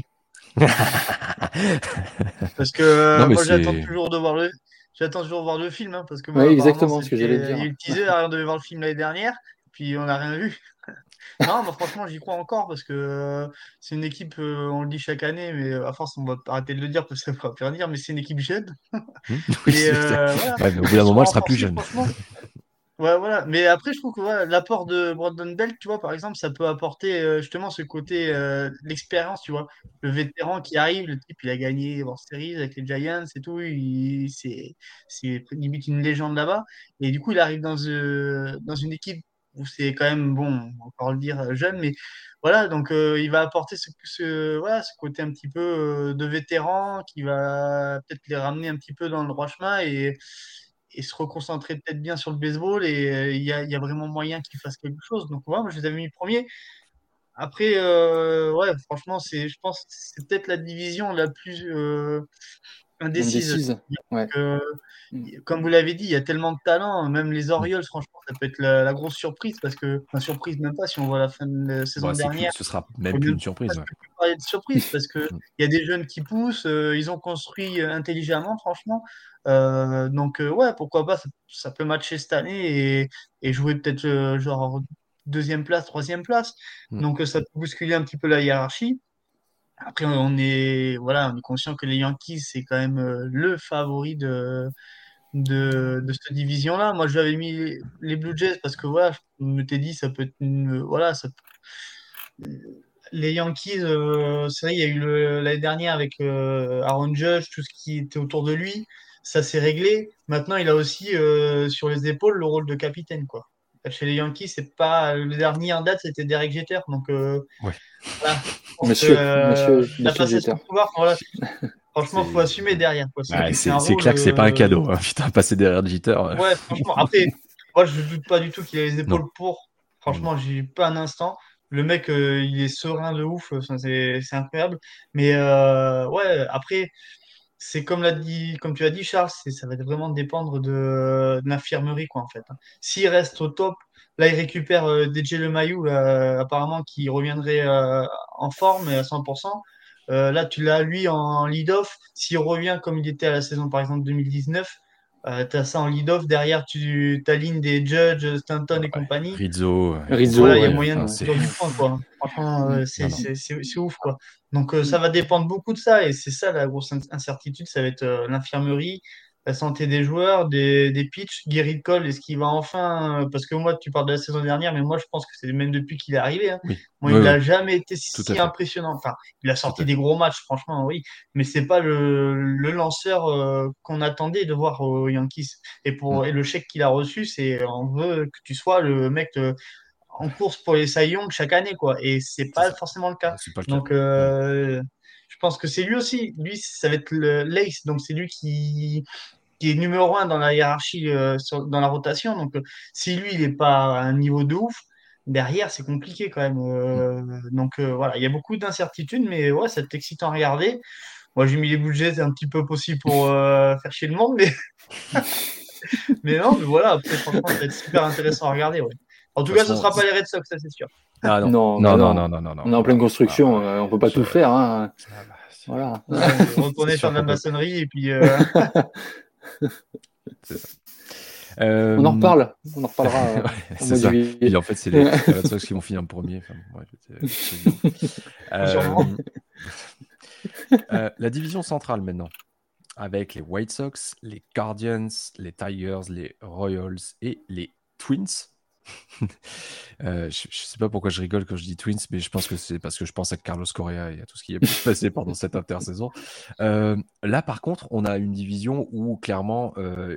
Parce que Non, mais moi, j'attends toujours de voir le film, hein, parce que moi, Oui, apparemment, exactement ce que j'allais il y a dire. eu le teaser, on devait voir le film l'année dernière, puis on n'a rien vu. Non, mais franchement, j'y crois encore parce que c'est une équipe, on le dit chaque année, mais à force, on va arrêter de le dire parce que ça ne va plus rien dire, mais c'est une équipe jeune. Oui, Et voilà, ouais, mais au bout ils d'un sont moment, elle sera plus renforcés, jeune. franchement. Ouais, voilà. Mais après, je trouve que voilà, l'apport de Brandon Belt, tu vois, par exemple, ça peut apporter justement ce côté, l'expérience, tu vois. Le vétéran qui arrive, le type, il a gagné World Series avec les Giants et tout, c'est limite une légende là-bas. Et du coup, il arrive dans une équipe où c'est quand même, bon, on va encore le dire, jeune, mais voilà, donc il va apporter voilà, ce côté un petit peu de vétéran qui va peut-être les ramener un petit peu dans le droit chemin et se reconcentrer peut-être bien sur le baseball et il y a vraiment moyen qu'il fasse quelque chose. Donc, ouais, moi, je les avais mis premier. Après, ouais, franchement, je pense que c'est peut-être la division la plus indécise. Indécise. Ouais. Euh, Comme vous l'avez dit, il y a tellement de talent. Même les Orioles, franchement, ça peut être la grosse surprise parce que, enfin, surprise même pas si on voit la fin de la saison Bon, dernière. ce sera Faut même plus même une surprise. Ouais. presque plus parler de surprise parce que il y a des jeunes qui poussent, ils ont construit intelligemment, franchement. Donc ouais, pourquoi pas, ça peut matcher cette année et jouer peut-être genre deuxième place, troisième place. Donc ça peut bousculer un petit peu la hiérarchie. Après, voilà, on est conscient que les Yankees, c'est quand même le favori de cette division-là. Moi, je l'avais mis les Blue Jays parce que voilà, je me t'ai dit, ça peut être voilà, les Yankees, c'est vrai, il y a eu l'année dernière avec Aaron Judge, tout ce qui était autour de lui, ça s'est réglé. Maintenant, il a aussi sur les épaules le rôle de capitaine, quoi. Chez les Yankees, c'est pas le dernier en date, c'était Derek Jeter. Donc Ouais. voilà, je pense que la Monsieur passation Jeter. de pouvoir, voilà, franchement, faut assumer derrière, quoi. Ouais, C'est un c'est rôle. clair que c'est pas un cadeau. Hein. Putain, passer derrière Jeter. Ouais, franchement. Après, moi, je doute pas du tout qu'il a les Non. épaules pour. Non. Franchement, j'ai pas un instant. Le mec, il est serein de ouf. Enfin, c'est incroyable. Mais ouais, après, c'est comme tu as dit, Charles, ça va vraiment dépendre de l'infirmerie, quoi, en fait. Hein. S'il reste au top, là, il récupère DJ Lemayou, là, apparemment, qui reviendrait en forme et à 100%. Là, tu l'as, lui, en lead-off. S'il revient comme il était à la saison, par exemple, 2019, T'as ça en lead-off, derrière tu t'alignes des Judge, Stanton et compagnie. Rizzo, Rizzo, Voilà, il y a ouais. moyen de enfin, produire du point, quoi. Franchement, non, non. c'est ouf, quoi. Donc, ça va dépendre beaucoup de ça, et c'est ça la grosse incertitude, ça va être l'infirmerie, la santé des joueurs, des pitchs, Gerrit Cole, est-ce qu'il va enfin, parce que moi, tu parles de la saison dernière, mais moi, je pense que c'est même depuis qu'il est arrivé, hein. Oui, Moi, oui, il oui, n'a jamais été tout à si fait, impressionnant. Enfin, il a tout sorti à des fait. gros matchs, franchement, oui, mais c'est pas le lanceur qu'on attendait de voir aux Yankees. Mm. Et le chèque qu'il a reçu, c'est on veut que tu sois le mec en course pour les Cy Young chaque année, quoi. Et c'est C'est pas ça. forcément le cas. C'est pas le cas. Donc, Non, je pense que c'est lui aussi. Lui, ça va être l'ace. Donc, c'est lui qui est numéro un dans la hiérarchie, dans la rotation. Donc, si lui, il n'est pas à un niveau de ouf, derrière, c'est compliqué quand même. non. Donc, voilà, il y a beaucoup d'incertitudes, mais ouais, c'est excitant à regarder. Moi, j'ai mis les budgets un petit peu possible pour faire chier le monde, mais non, mais voilà, après, franchement, ça va être super intéressant à regarder, ouais. En De tout toute cas, ce façon, sera pas les Red Sox, ça c'est sûr. ah non, Non, non, bah non, non. non, non, non, non, On est en pleine non. construction, on peut pas tout faire, hein. Ça va, Voilà. Ouais, c'est retourner faire sûr de la qu'on peut. maçonnerie et puis C'est ça. On en Euh, reparle. On en reparlera ouais, au c'est mois de ça. juillet. Puis en fait, c'est les Red Sox qui vont finir en premier. Enfin, bon, bref, c'est évident. sûrement. Euh, la division centrale maintenant, avec les White Sox, les Guardians, les Tigers, les Royals et les Twins. Je sais pas pourquoi je rigole quand je dis Twins, mais je pense que c'est parce que je pense à Carlos Correa et à tout ce qui a pu se passer pendant cette intersaison. Là, par contre, on a une division où clairement,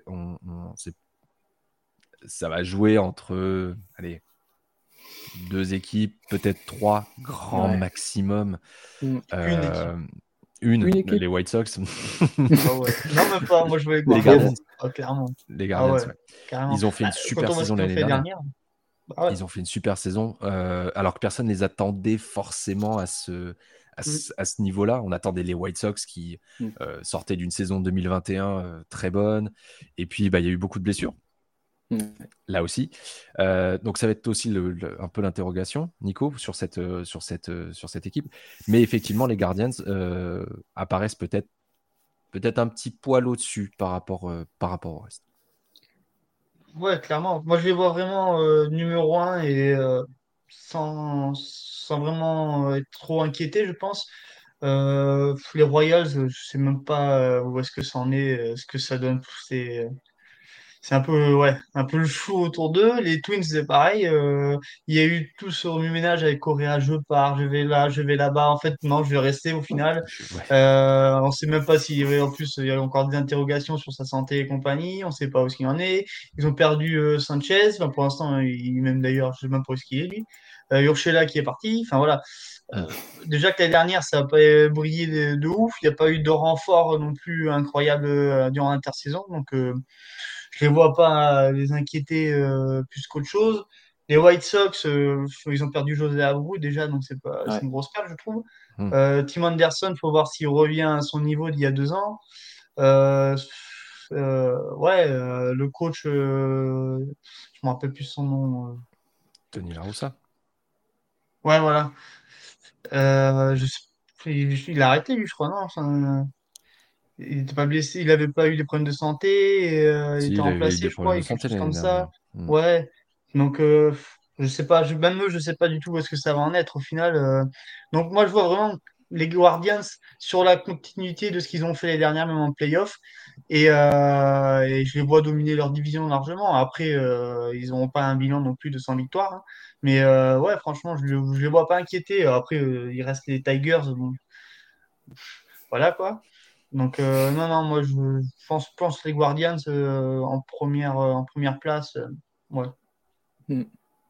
ça va jouer entre, allez, deux équipes, peut-être trois, grand Ouais. maximum. Une équipe. Euh, Une les équipe. White Sox, Ah ouais. Non, même pas. Moi, je voulais les les Guardians. Guardians, Ah, clairement. les Ah Guardians, ouais, ouais. carrément. Ils ont fait une Bah, quand super on voit ce saison qu'ils ont l'année fait dernière. dernière. Bah ouais. Ils ont fait une super saison, alors que personne ne les attendait forcément Mm. à ce niveau-là. On attendait les White Sox qui Mm. sortaient d'une saison 2021 très bonne. Et puis, bah, il y a eu beaucoup de blessures, Mm. là aussi. Donc, ça va être aussi un peu l'interrogation, Nico, sur cette équipe. Mais effectivement, les Guardians apparaissent peut-être un petit poil au-dessus par rapport au reste. Ouais, clairement. Moi, je les vois vraiment numéro un et sans vraiment être trop inquiété, je pense. Les Royals, je sais même pas où est-ce que ça en est, ce que ça donne. C'est un peu, ouais, un peu le chou autour d'eux. Les Twins, c'est pareil. Il y a eu tout ce remue-ménage avec Correa, je pars, je vais là, je vais là-bas. En fait, non, je vais rester au final. Ouais. On sait même pas s'il y avait, en plus, il y a encore des interrogations sur sa santé et compagnie. On sait pas où ce qu'il en est. Ils ont perdu Sanchez. Enfin, pour l'instant, même d'ailleurs, je sais même pas où ce qu'il est, lui. Urshela qui est parti. Enfin, voilà. Euh, Mm. Déjà que l'année dernière, ça n'a pas brillé de ouf. Il n'y a pas eu de renfort non plus incroyable durant l'intersaison. Donc, je les vois pas les inquiéter plus qu'autre chose. Les White Sox, ils ont perdu José Abreu déjà, donc c'est Ouais. une grosse perte, je trouve. Mm. Tim Anderson, faut voir s'il revient à son niveau d'il y a 2 ans. Euh, ouais, le coach, je me rappelle plus son nom. Tony La Russa. Ouais, voilà. Il a arrêté, lui, je crois, non? Enfin, il n'était pas blessé, il avait pas eu des problèmes de santé, et, il Si, était il avait eu remplacé, des je crois, problèmes de et quelque santé chose l'année comme dernière. ça. Mm. Ouais. Donc, je sais pas, même eux, je sais pas du tout où est-ce que ça va en être au final. Donc, moi, je vois vraiment les Guardians sur la continuité de ce qu'ils ont fait les dernières, même en playoff. Et je les vois dominer leur division largement. Après, ils n'auront pas un bilan non plus de 100 victoires, hein. Mais ouais, franchement, je les vois pas inquiétés. Après, il reste les Tigers. Bon, voilà quoi. Donc, non, non, moi, je pense les Guardians en première place. Ouais. Mm.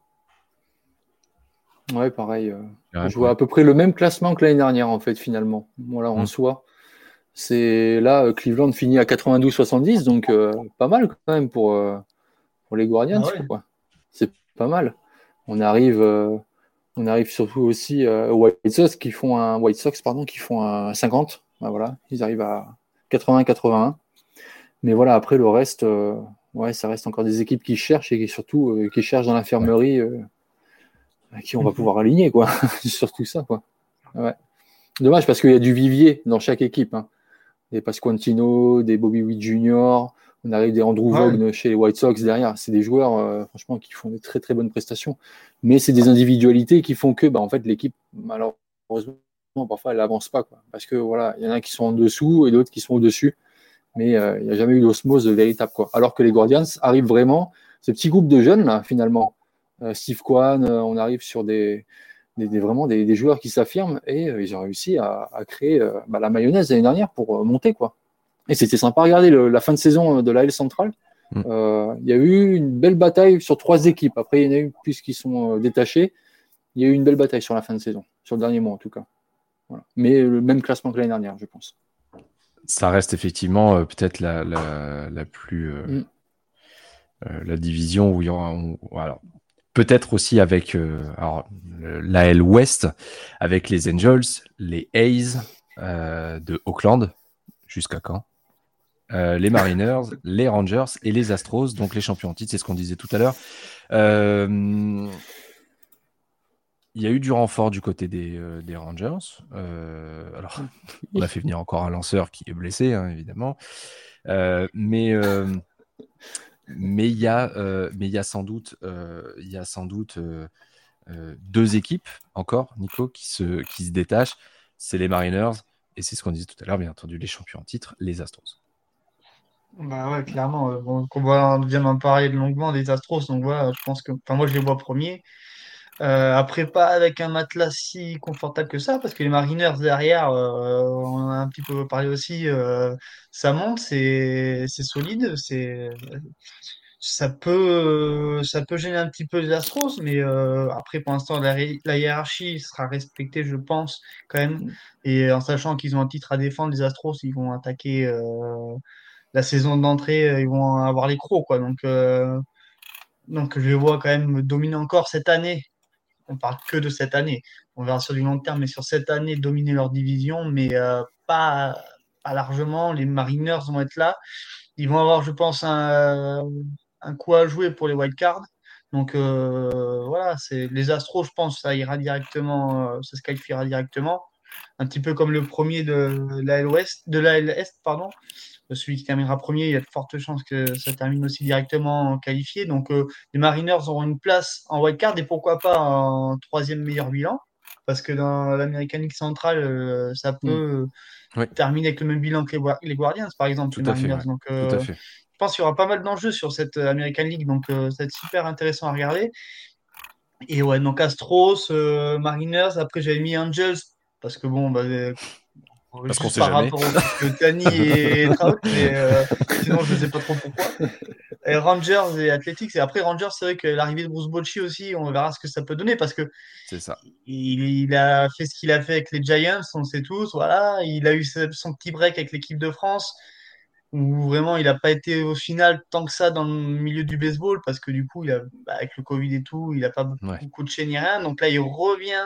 Ouais, pareil. Ouais, Je vois pareil. à peu près le même classement que l'année dernière, en fait, finalement. Voilà, en Mm. soi. C'est là, Cleveland finit à 92-70, donc pas mal quand même pour les Guardians, Bah ouais. quoi. C'est pas mal. On arrive, euh, on arrive surtout aussi aux White Sox, pardon, qui font un 50. Ben voilà, ils arrivent à 80-81. Mais voilà, après le reste, ouais, ça reste encore des équipes qui cherchent et surtout qui cherchent dans Ouais. l'infirmerie à qui on va pouvoir aligner, quoi. C'est surtout ça, quoi. Ouais. Dommage parce qu'il y a du vivier dans chaque équipe, hein. Des Pasquantino, des Bobby Witt Jr., On arrive des Andrew Ouais. Vaughn chez les White Sox derrière. C'est des joueurs, franchement, qui font des très très bonnes prestations. Mais c'est des individualités qui font que, en fait, l'équipe, malheureusement, parfois, elle n'avance pas, quoi. Parce que voilà, il y en a qui sont en dessous et d'autres qui sont au-dessus. Mais il n'y a jamais eu d'osmose véritable, quoi. Alors que les Guardians arrivent vraiment, ce petit groupe de jeunes, là, finalement. Steve Kwan, on arrive sur vraiment des joueurs qui s'affirment et ils ont réussi à créer la mayonnaise l'année dernière pour monter, quoi. Et c'était sympa à regarder la fin de saison de l'AL Central. Il y a eu une belle bataille sur 3 équipes. Après, il y en a eu plus qui sont détachés. Il y a eu une belle bataille sur la fin de saison, sur le dernier mois en tout cas. Voilà. Mais le même classement que l'année dernière, je pense. Ça reste effectivement peut-être la plus la division où il y aura alors peut-être aussi avec l'AL West avec les Angels, les A's de Oakland jusqu'à quand, les Mariners, les Rangers et les Astros, donc les champions en titre, c'est ce qu'on disait tout à l'heure. Il y a eu du renfort du côté des Rangers. Alors, on a fait venir encore un lanceur qui est blessé, hein, évidemment. Mais il y a sans doute, 2 équipes encore, Nico, qui se détachent. C'est les Mariners et c'est ce qu'on disait tout à l'heure, bien entendu, les champions en titre, les Astros. Bah ouais, clairement. On vient d'en parler longuement des Astros, donc voilà, je pense que, enfin, moi je les vois premiers. Après, pas avec un matelas si confortable que ça, parce que les Mariners derrière, on en a un petit peu parlé aussi, ça monte, c'est solide, ça peut gêner un petit peu les Astros, mais après, pour l'instant, la hiérarchie sera respectée, je pense, quand même. Et en sachant qu'ils ont un titre à défendre, les Astros, ils vont attaquer la saison d'entrée, ils vont avoir les crocs, quoi. Donc je les vois quand même dominer encore cette année. On parle que de cette année. On verra sur du long terme, mais sur cette année, dominer leur division, mais pas largement. Les Mariners vont être là. Ils vont avoir, je pense, un coup à jouer pour les wildcards. Donc voilà, c'est les Astros, je pense, ça ira directement, ça se qualifiera directement. Un petit peu comme le premier de l'AL Ouest, de l'AL Est, pardon. Celui qui terminera premier, il y a de fortes chances que ça termine aussi directement qualifié. Donc les Mariners auront une place en wildcard et pourquoi pas en troisième meilleur bilan. Parce que dans l'American League centrale, ça peut Oui, terminer avec le même bilan que les Guardians, par exemple, tout les à fait, Mariners. ouais. Donc Tout à fait. je pense qu'il y aura pas mal d'enjeux sur cette American League. Donc ça va être super intéressant à regarder. Et ouais, donc Astros, Mariners, après j'avais mis Angels, parce que bon, bah, Parce qu'on juste sait par jamais. rapport au fit Tani et Trout, mais sinon je ne sais pas trop pourquoi. Et Rangers et Athletics, et après Rangers, c'est vrai que l'arrivée de Bruce Bochy aussi, on verra ce que ça peut donner, parce que C'est ça. il a fait ce qu'il a fait avec les Giants, on le sait tous, voilà. Il a eu son petit break avec l'équipe de France, où vraiment il n'a pas été au final tant que ça dans le milieu du baseball, parce que du coup, avec le Covid et tout, il n'a pas Ouais. beaucoup de chaîne ni rien. Donc là, il revient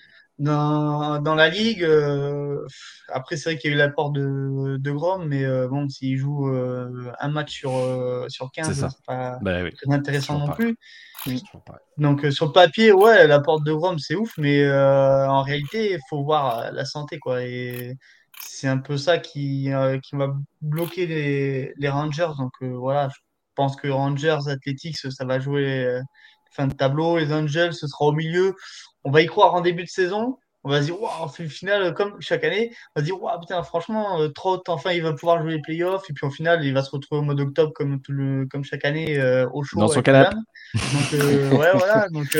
dans la ligue. Après, c'est vrai qu'il y a eu l'apport de Grom, mais bon, s'il joue un match sur C'est 15, ça. c'est pas Bah oui, très c'est intéressant toujours non pareil. plus. C'est toujours pareil. Donc sur le papier, ouais, l'apport de Grom, c'est ouf, mais en réalité, il faut voir la santé, quoi. Et c'est un peu ça qui va bloquer les Rangers. Donc voilà, je pense que Rangers, Athletics, ça va jouer fin de tableau. Les Angels, ce sera au milieu. On va y croire en début de saison. On va se dire, waouh, on fait le final comme chaque année. On va se dire, waouh, putain, franchement, trop, enfin, il va pouvoir jouer les playoffs. Et puis au final, il va se retrouver au mois d'octobre comme chaque année, au Dans chaud son avec les canapé. dames. Donc, ouais, voilà. Donc,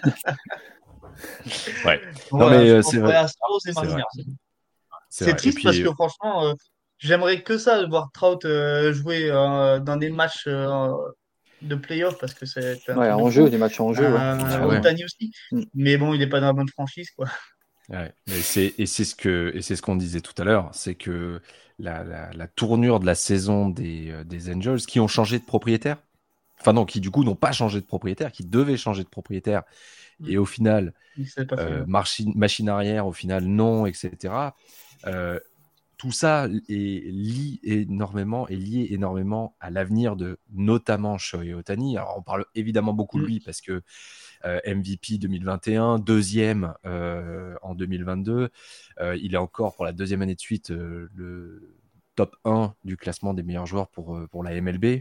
Ouais. Non, voilà, mais je c'est penserais vrai. à Astros et C'est vrai. Mariners. C'est C'est vrai. Et triste parce puis, que franchement, j'aimerais que ça, de voir Trout jouer dans des matchs de playoff parce que c'est un Ouais, truc de en jeu, fou. des matchs en jeu, ouais. ah ouais. Otani aussi. Mm. Mais bon, il n'est pas dans la bonne franchise, quoi. Ouais. Mais c'est ce qu'on disait tout à l'heure, c'est que la tournure de la saison des Angels qui ont changé de propriétaire, enfin non, qui du coup n'ont pas changé de propriétaire, qui devaient changer de propriétaire, Mm. et au final, Il ne s'est pas fait. Ouais. machine arrière, au final non, etc. Euh, Tout ça est lié énormément à l'avenir de notamment Shohei Ohtani. Alors on parle évidemment beaucoup de Mm. lui parce que MVP 2021, deuxième en 2022. Il est encore pour la deuxième année de suite top 1 du classement des meilleurs joueurs pour la MLB.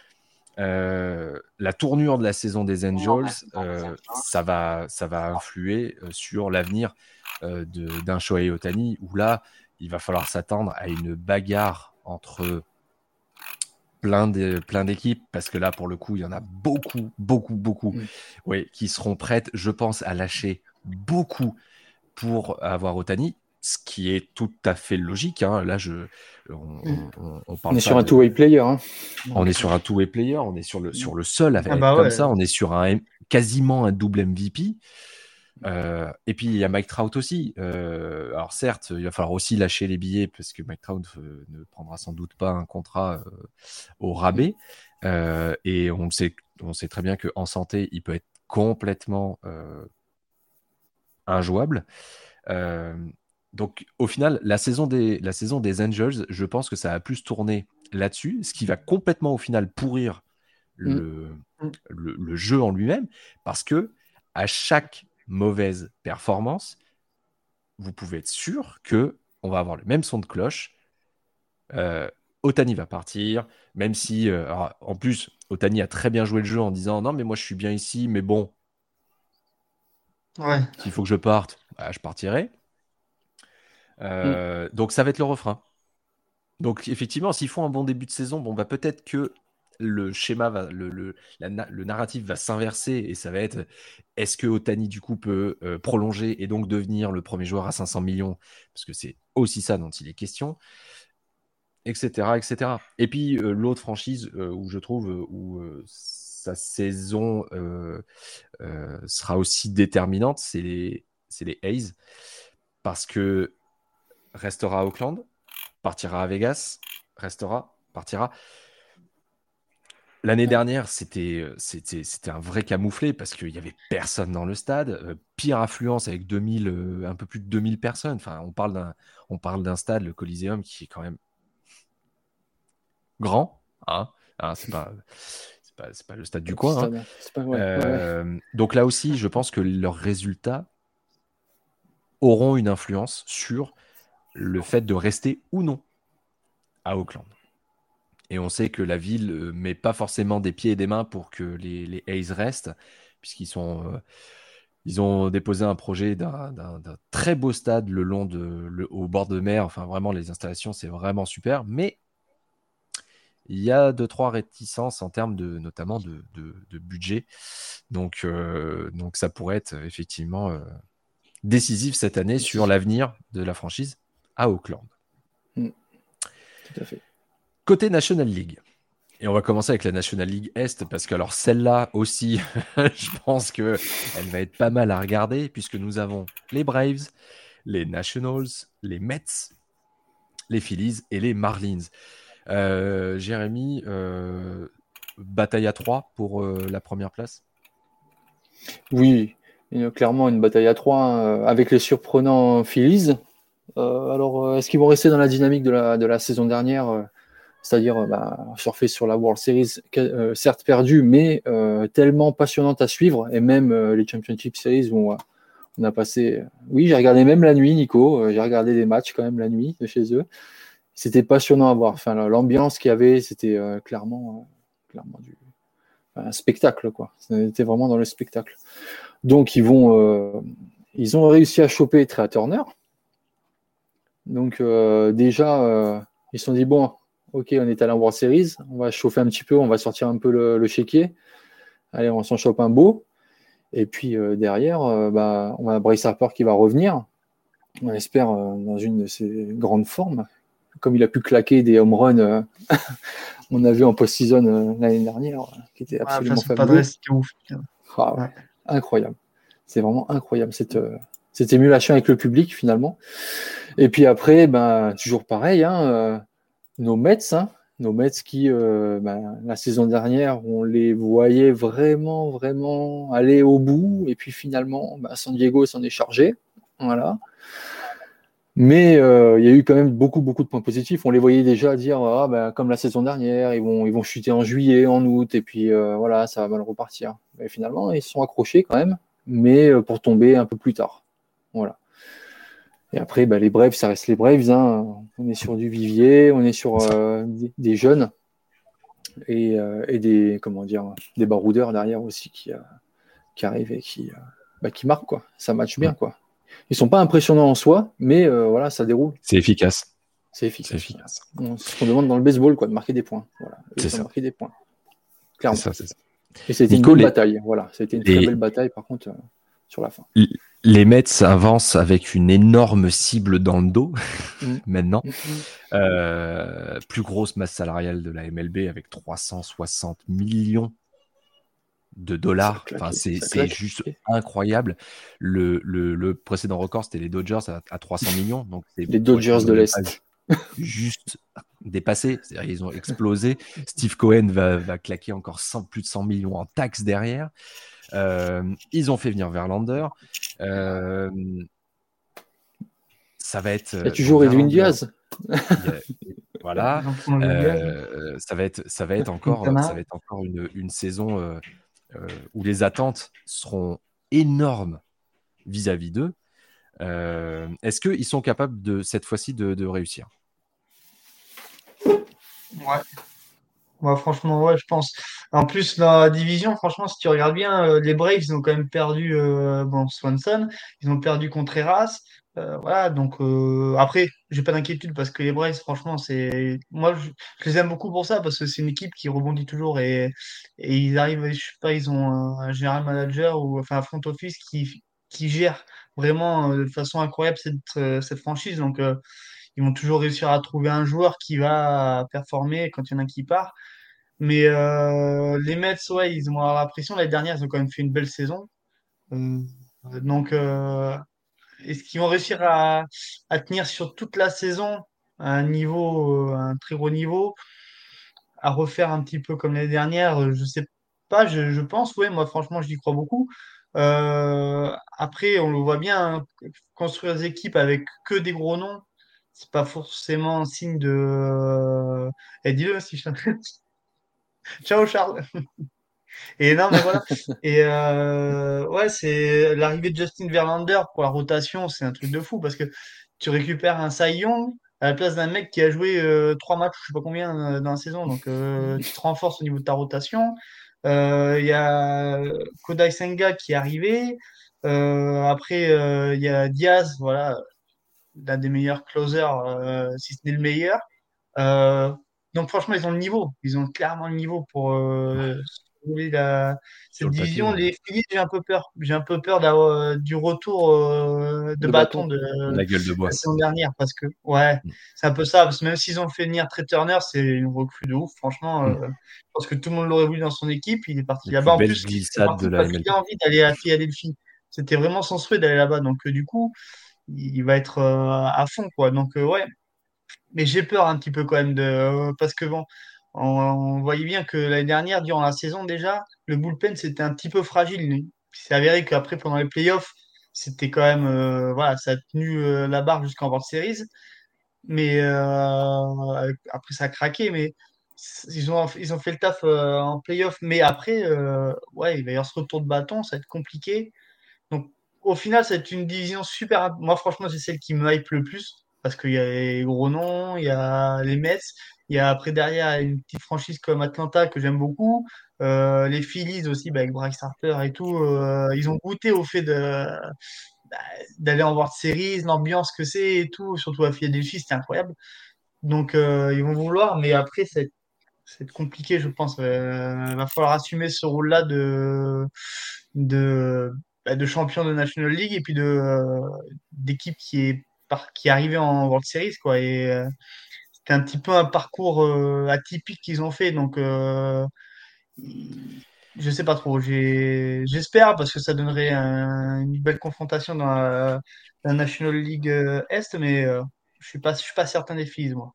La tournure de la saison des Angels, ça va influer sur l'avenir d'un Shohei Ohtani, où là, il va falloir s'attendre à une bagarre entre plein d'équipes, parce que là, pour le coup, il y en a beaucoup, qui seront prêtes, je pense, à lâcher beaucoup pour avoir Ohtani, ce qui est tout à fait logique. Là, on parle on est sur un two-way player. On est sur un two-way player, on est sur le seul à être comme ça, on est sur quasiment un double MVP. Et puis il y a Mike Trout aussi. Alors certes, il va falloir aussi lâcher les billets parce que Mike Trout ne prendra sans doute pas un contrat au rabais. Et on sait très bien qu'en santé, il peut être complètement injouable. Donc au final, la saison des Angels, je pense que ça va plus tourner là-dessus, ce qui va complètement au final pourrir le jeu en lui-même, parce que à chaque mauvaise performance, vous pouvez être sûr que on va avoir le même son de cloche. Ohtani va partir, même si en plus Ohtani a très bien joué le jeu en disant non mais moi je suis bien ici, mais bon, s'il faut que je parte, je partirai. Donc ça va être le refrain. Donc effectivement, s'ils font un bon début de saison, bon bah peut-être que le schéma le narratif va s'inverser et ça va être est-ce que Ohtani du coup peut prolonger et donc devenir le premier joueur à 500 millions, parce que c'est aussi ça dont il est question, etc. Et puis l'autre franchise où je trouve où sa saison sera aussi déterminante, c'est les A's, parce que restera à Oakland, partira à Vegas, restera, partira. L'année dernière, c'était un vrai camouflet parce qu'il n'y avait personne dans le stade. Pire affluence avec 2000, un peu plus de 2000 personnes. Enfin, on parle d'un stade, le Coliseum, qui est quand même grand. C'est pas le stade du coin. Donc là aussi, je pense que leurs résultats auront une influence sur le fait de rester ou non à Auckland. Et on sait que la ville met pas forcément des pieds et des mains pour que les A's restent, puisqu'ils ils ont déposé un projet d'un très beau stade au bord de mer. Enfin, vraiment, les installations, c'est vraiment super. Mais il y a 2-3 réticences en termes notamment de budget. Donc, ça pourrait être effectivement décisif cette année sur l'avenir de la franchise à Auckland. Tout à fait. Côté National League. Et on va commencer avec la National League Est, parce que alors celle-là aussi, je pense qu'elle va être pas mal à regarder, puisque nous avons les Braves, les Nationals, les Mets, les Phillies et les Marlins. Jérémy, bataille à 3 pour la première place? Oui, clairement une bataille à 3 avec les surprenants Phillies. Alors, est-ce qu'ils vont rester dans la dynamique de la saison dernière, c'est-à-dire surfer sur la World Series, certes perdue, mais tellement passionnante à suivre, et même les Championship Series où on a passé... Oui, j'ai regardé même la nuit, Nico, j'ai regardé des matchs quand même la nuit de chez eux. C'était passionnant à voir. Enfin, l'ambiance qu'il y avait, c'était clairement un spectacle, quoi. C'était vraiment dans le spectacle. Donc, ils ont réussi à choper Trea Turner. Donc, déjà, ils se sont dit, bon, ok, on est allé en World Series, on va chauffer un petit peu, on va sortir un peu le chéquier. Allez, on s'en chope un beau. Et puis, derrière, on a Bryce Harper qui va revenir. On espère dans une de ses grandes formes. Comme il a pu claquer des home runs, on a vu en post-season l'année dernière, qui était absolument fabuleux. Incroyable. C'est vraiment incroyable cette émulation avec le public finalement. Et puis après, toujours pareil, nos Mets qui, la saison dernière, on les voyait vraiment, vraiment aller au bout. Et puis finalement, San Diego s'en est chargé. Voilà. Mais il y a eu quand même beaucoup de points positifs. On les voyait déjà dire comme la saison dernière, ils vont chuter en juillet, en août, et puis voilà, ça va mal repartir. Et finalement, ils se sont accrochés quand même, mais pour tomber un peu plus tard. Voilà. Et après, bah, les Braves, ça reste les Braves, hein. On est sur du vivier, on est sur des jeunes et des, comment dire, des baroudeurs derrière aussi qui arrivent et qui marquent, quoi. Ça match Mm. bien, quoi. Ils sont pas impressionnants en soi, mais voilà, ça déroule. C'est efficace. C'est C'est efficace. efficace. C'est ce qu'on demande dans le baseball, quoi, de marquer des points. Voilà. Et C'est ils ont ça. marqué des points, C'est clairement. ça, c'est ça. Et ça a été une Nico, belle bataille. Voilà, ça a été une très les, belle bataille, par contre, sur la fin. les Mets avancent avec une énorme cible dans le dos Mm. maintenant. Mm. Plus grosse masse salariale de la MLB avec 360 millions de Ça a dollars. Enfin, claqué. Ça a c'est claqué. juste incroyable. Le précédent record, c'était les Dodgers à 300 millions. Donc, Les moi, je Dodgers trouve de même pas l'Est. juste dépassé. C'est-à-dire, ils ont explosé. Steve Cohen va claquer encore plus de 100 millions en taxes derrière. Ils ont fait venir Verlander. Euh, Ça va être Il y a donc toujours Edwin Verlander. Diaz. Voilà. Ils ont prolongé Diaz, Ça Quintana. va être encore une saison où les attentes seront énormes vis-à-vis d'eux. Est-ce qu'ils sont capables cette fois-ci de réussir? Ouais. Ouais, franchement, ouais, je pense. En plus, dans la division, franchement, si tu regardes bien, les Braves, ils ont quand même perdu bon, Swanson, ils ont perdu Contreras. Voilà, donc après, j'ai pas d'inquiétude parce que les Braves, franchement, moi, je les aime beaucoup pour ça parce que c'est une équipe qui rebondit toujours et ils arrivent, je sais pas, ils ont un général manager ou enfin un front office qui gère vraiment de façon incroyable cette franchise. Donc, ils vont toujours réussir à trouver un joueur qui va performer quand il y en a un qui part. Mais les Mets, ouais, ils ont la pression. L'année dernière, ils ont quand même fait une belle saison. Euh, donc, est-ce qu'ils vont réussir à tenir sur toute la saison à un niveau, un très gros niveau, à refaire un petit peu comme l'année dernière? Je sais pas, je pense, ouais, moi franchement, j'y crois beaucoup. Après, on le voit bien, hein, construire des équipes avec que des gros noms, c'est pas forcément un signe de. dis-le si je. Ciao Charles. Et non, mais voilà. Et ouais, c'est l'arrivée de Justin Verlander pour la rotation, c'est un truc de fou parce que tu récupères un Cy Young à la place d'un mec qui a joué 3 matchs, je sais pas combien dans la saison, donc tu te renforces au niveau de ta rotation. Il y a Kodai Senga qui est arrivé. Après, il y a Diaz, voilà, l'un des meilleurs closers, si ce n'est le meilleur. Euh, donc franchement, ils ont le niveau. Ils ont clairement le niveau pour sauver Sur cette le papier, division. ouais. Les Phillies, j'ai un peu peur. J'ai un peu peur d'avoir du retour de De bâton bâton. de La gueule de la bois. saison dernière. Parce que, ouais, Mm. c'est un peu ça. Parce que même s'ils ont fait venir Trey Turner, c'est une recrue de ouf. Franchement, Mm. je pense que tout le monde l'aurait voulu dans son équipe. Il est parti Les plus là-bas. En belles plus, il est glissades de parti la parce qu'il MLB. a envie d'aller à Philadelphie. C'était vraiment son souhait d'aller là-bas. Donc, du coup, il va être à fond, quoi. Donc, ouais. Mais j'ai peur un petit peu quand même parce que bon, on voyait bien que l'année dernière, durant la saison déjà, le bullpen c'était un petit peu fragile. Il s'est avéré qu'après, pendant les playoffs, c'était quand même voilà, ça a tenu la barre jusqu'en World Series. Mais après, ça a craqué. Mais ils ont fait le taf en playoff. Mais après, ouais, il va y avoir ce retour de bâton, ça va être compliqué. Donc, au final, c'est une division super. Moi, franchement, c'est celle qui me hype le plus parce qu'il y a les gros noms, il y a les Mets, il y a après derrière une petite franchise comme Atlanta que j'aime beaucoup. Les Phillies aussi, bah, avec Bryce Harper et tout. Ils ont goûté au fait bah, d'aller en World Series, l'ambiance que c'est et tout, surtout à Philadelphie, c'était incroyable. Donc, ils vont vouloir, mais après, c'est compliqué, je pense. Va falloir assumer ce rôle-là de, de champion de National League et puis d'équipe qui est arrivée en World Series, quoi. Et c'était un petit peu un parcours atypique qu'ils ont fait. Donc, je sais pas trop. J'espère parce que ça donnerait une belle confrontation dans la National League Est, mais je suis pas certain des filles, moi.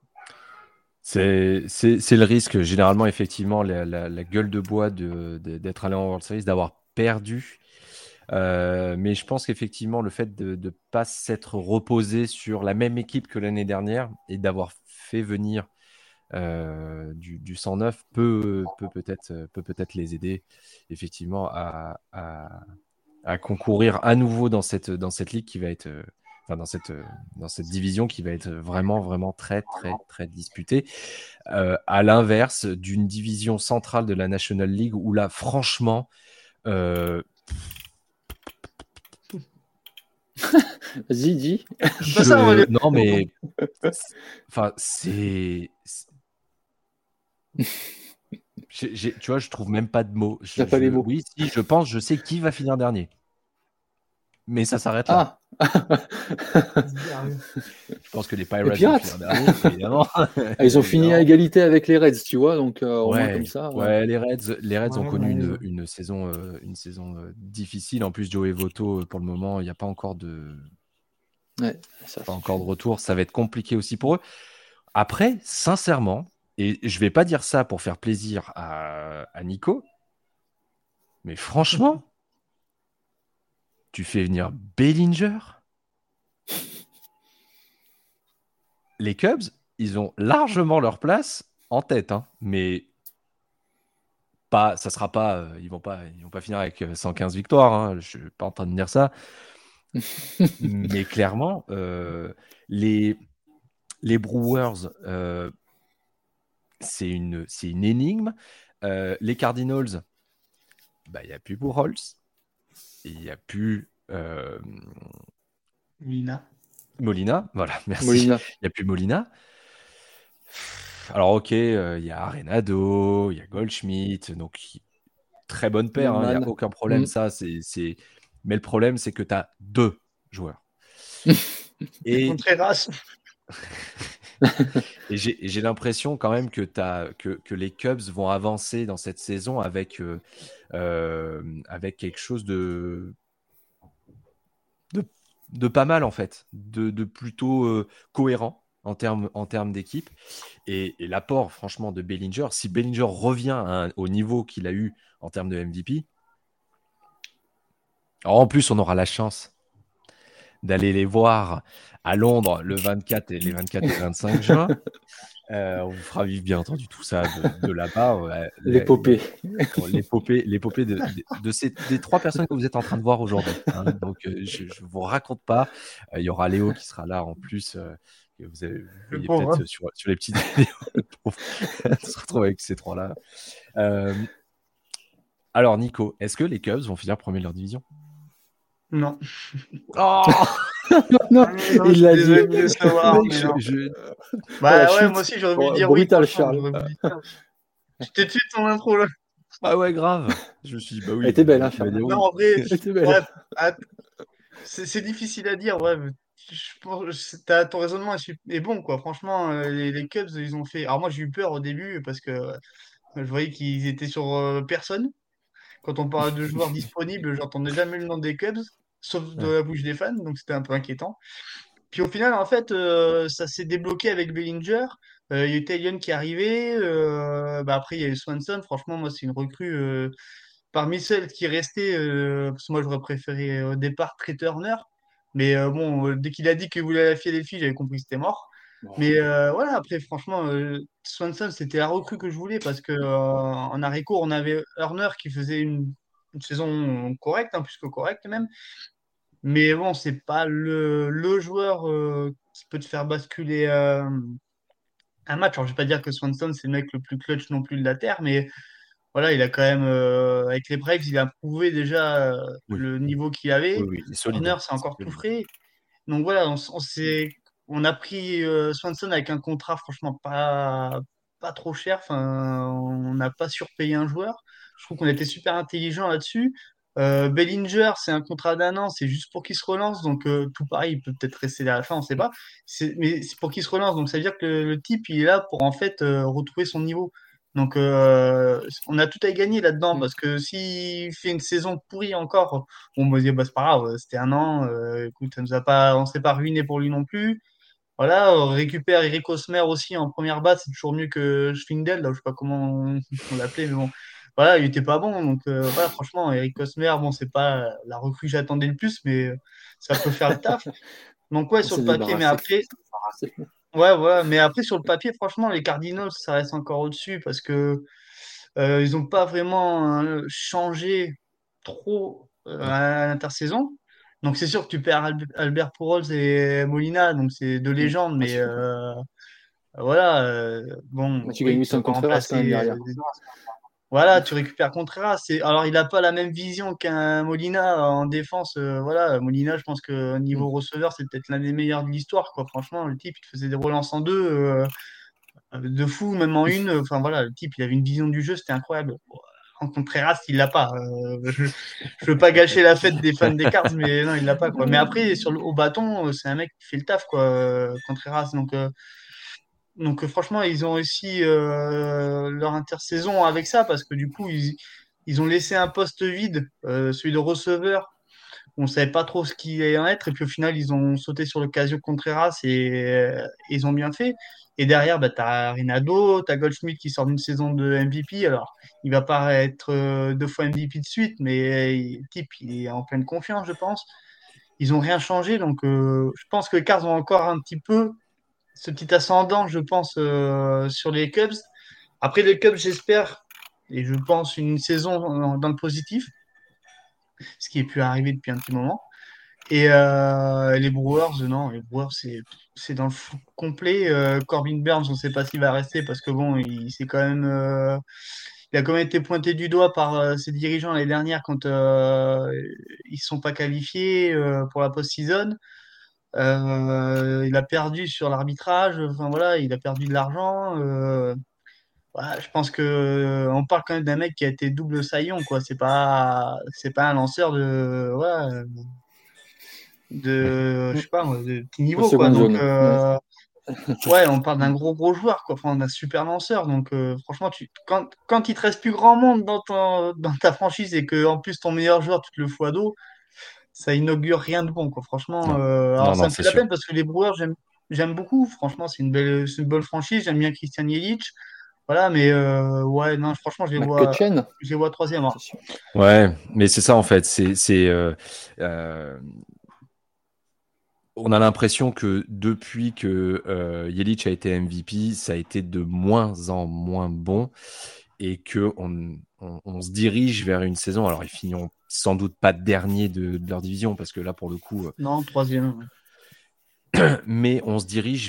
C'est le risque. Généralement, effectivement, la gueule de bois d'être allé en World Series, d'avoir perdu. Mais je pense qu'effectivement, le fait de ne pas s'être reposé sur la même équipe que l'année dernière et d'avoir fait venir du 109 peut peut-être les aider effectivement à concourir à nouveau dans cette ligue enfin, dans cette division qui va être vraiment, vraiment très, très, très disputée. À l'inverse d'une division centrale de la National League où là, franchement, euh, Vas-y, dis. C'est pas ça, on va les... non, mais enfin, tu vois, je trouve même pas de mots. T'as pas les mots. Oui, si, je sais qui va finir dernier. Mais ça s'arrête là. Ah. Je pense que les Les Pirates vont Pirates. finir dernier, évidemment. Ils ont fini à Évidemment. égalité avec les Reds, tu vois, donc au moins comme Ouais, ça. ouais, les Reds ont Ouais, connu ouais. une saison difficile. En plus, Joey Votto, pour le moment, il n'y a Ouais, ça. pas encore de retour. Ça va être compliqué aussi pour eux. Après, sincèrement, et je vais pas dire ça pour faire plaisir à Nico, mais franchement, tu fais venir Bellinger, les Cubs, ils ont largement leur place en tête, hein, mais pas, ça sera pas, ils vont pas finir avec 115 victoires. Hein, je suis pas en train de dire ça, mais clairement, les les Brewers, c'est une énigme. Les Cardinals, bah il y a plus Pujols, il y a plus Lina. Molina, voilà, merci. Molina. Il y a plus Molina. Alors ok, il y a Arenado, il y a Goldschmidt, donc très bonne paire, il n'y a Melman. aucun problème. Ça, Mais le problème, c'est que tu as deux joueurs. Et, Contreras. et j'ai l'impression quand même que les Cubs vont avancer dans cette saison avec quelque chose de, de pas mal, en fait, de plutôt cohérent en termes d'équipe. Et l'apport, franchement, de Bellinger, si Bellinger revient au niveau qu'il a eu en termes de MVP, alors en plus, on aura la chance d'aller les voir à Londres les 24 et 25 juin. On vous fera vivre, bien entendu, tout ça de là-bas. L'épopée. L'épopée des trois personnes que vous êtes en train de voir aujourd'hui. Hein. Donc, je ne vous raconte pas. Il y aura Léo qui sera là en plus. Que vous Le voyez pauvre. peut-être sur les petites vidéos. On se retrouve avec ces trois-là. Alors, Nico, est-ce que les Cubs vont finir premier de leur division? Non. Oh Non, Non, je il suis l'a dit. désolé de le savoir, Mec, mais non. Oh la Bah ouais, chute. moi aussi, j'aurais voulu Oh, dire oui, brutal, franchement. Charles. J'aurais voulu dire. Je t'ai tué ton intro là. Ah ouais, grave. Je me suis dit, bah Elle oui, était belle, hein, il va Charles. dire Non, oui. en vrai, Elle était ouais, belle. ah, c'est difficile à dire, ouais. Mais ton raisonnement est bon, quoi. Franchement, les Cubs, ils ont fait. Alors moi, j'ai eu peur au début parce que je voyais qu'ils étaient sur personne. Quand on parlait de joueurs disponibles, j'entendais jamais le nom des Cubs, sauf de Ouais. la bouche des fans, donc c'était un peu inquiétant. Puis au final, en fait, ça s'est débloqué avec Bellinger. Il y a eu Taillon qui est arrivé. Bah après, il y a eu Swanson. Franchement, moi, c'est une recrue parmi celles qui est restée. Parce que moi, j'aurais préféré au départ Trey Turner. Mais bon, dès qu'il a dit qu'il voulait la Philadelphie, j'avais compris que c'était mort. Mais voilà, après, franchement, Swanson, c'était la recrue que je voulais parce que en arrêt-court, on avait Turner qui faisait une saison correcte, hein, plus que correcte même. Mais bon, c'est pas le joueur qui peut te faire basculer un match. Alors, je vais pas dire que Swanson, c'est le mec le plus clutch non plus de la Terre, mais voilà, il a quand même, avec les Braves, il a prouvé déjà Oui, le niveau qu'il oui, avait. oui, il est Turner, solide. c'est C'est encore tout solide. frais. Donc voilà, on a pris Swanson avec un contrat franchement pas trop cher. Enfin, on n'a pas surpayé un joueur. Je trouve qu'on était super intelligent là-dessus. Bellinger, c'est un contrat d'un an, c'est juste pour qu'il se relance. Donc tout pareil, il peut peut-être rester à la fin, on ne sait pas. Mais c'est pour qu'il se relance. Donc ça veut dire que le type, il est là pour en fait retrouver son niveau. Donc on a tout à y gagner là-dedans Mm. parce que s'il fait une saison pourrie encore, on me dit, bah, c'est pas grave, c'était un an. Écoute, on s'est pas ruiné pour lui non plus. Voilà, on récupère Eric Hosmer aussi en première base, c'est toujours mieux que Schwindel, là, je sais pas comment on l'appelait, mais bon, voilà, il était pas bon. Donc voilà, franchement, Eric Hosmer, bon, c'est pas la recrue que j'attendais le plus, mais ça peut faire le taf. Donc ouais, On sur s'est le papier, mais débarrassé. après, ouais, voilà, mais après sur le papier, franchement, les Cardinals, ça reste encore au-dessus parce que ils n'ont pas vraiment changé trop Non. à l'intersaison. Donc c'est sûr que tu perds Albert Pujols et Molina, donc c'est deux légendes, mais voilà, bon, Mais tu gagnes oui, tu vas Wilson pas Contreras quand même remplacer. derrière. Voilà, tu récupères Contreras. Alors, il n'a pas la même vision qu'un Molina en défense. Voilà, Molina, je pense que Mm. niveau receveur, c'est peut-être l'un des meilleurs de l'histoire, quoi. Franchement, le type, il te faisait des relances en deux, de fou, même en une. Enfin, voilà, le type, il avait une vision du jeu, c'était incroyable. Bon, en Contreras, il l'a pas. Je veux pas gâcher la fête des fans des Cards, mais non, il l'a pas, quoi. Mais après, au bâton, c'est un mec qui fait le taf, quoi, Contreras. Donc, franchement, ils ont réussi leur intersaison avec ça parce que du coup, ils ont laissé un poste vide, celui de receveur. On ne savait pas trop ce qu'il allait en être. Et puis au final, ils ont sauté sur le Casio Contreras et ils ont bien fait. Et derrière, bah, tu as Rinaldo, tu as Goldschmidt qui sort d'une saison de MVP. Alors, il va pas être deux fois MVP de suite, mais le type, il est en pleine confiance, je pense. Ils n'ont rien changé. Donc, je pense que les Cards ont encore un petit peu ce petit ascendant, je pense, sur les Cubs. Après, les Cubs, j'espère, et je pense, une saison dans le positif, ce qui est pu arriver depuis un petit moment. Et les Brewers, non, les Brewers, c'est dans le flou complet. Corbin Burns, on ne sait pas s'il va rester parce que bon, il a quand même été pointé du doigt par ses dirigeants l'année dernière quand ils ne sont pas qualifiés pour la post-season. Il a perdu sur l'arbitrage, enfin voilà, il a perdu de l'argent. Voilà, je pense que on parle quand même d'un mec qui a été double saillon, quoi. C'est pas un lanceur de je Mm. sais pas, moi, de petit De niveau, quoi. seconde Donc zone. Ouais. ouais, on parle d'un gros joueur, quoi. Enfin, d'un super lanceur. Donc franchement, quand il te reste plus grand monde dans ta franchise et que en plus ton meilleur joueur, tu te le fous à dos, ça inaugure rien de bon, quoi. Franchement, Non, alors non, ça non, me c'est fait la sûr. peine parce que les Brewers, j'aime beaucoup. Franchement, c'est une bonne franchise. J'aime bien Christian Yelich. Voilà, mais ouais, non, franchement, McCutchen, je les vois troisième, hein. c'est sûr. Ouais, mais c'est ça en fait. On a l'impression que depuis que Yelich a été MVP, ça a été de moins en moins bon et que on se dirige vers une saison. Alors, ils finiront sans doute pas dernier de leur division parce que là, pour le coup, Non, troisième, ouais. mais on se dirige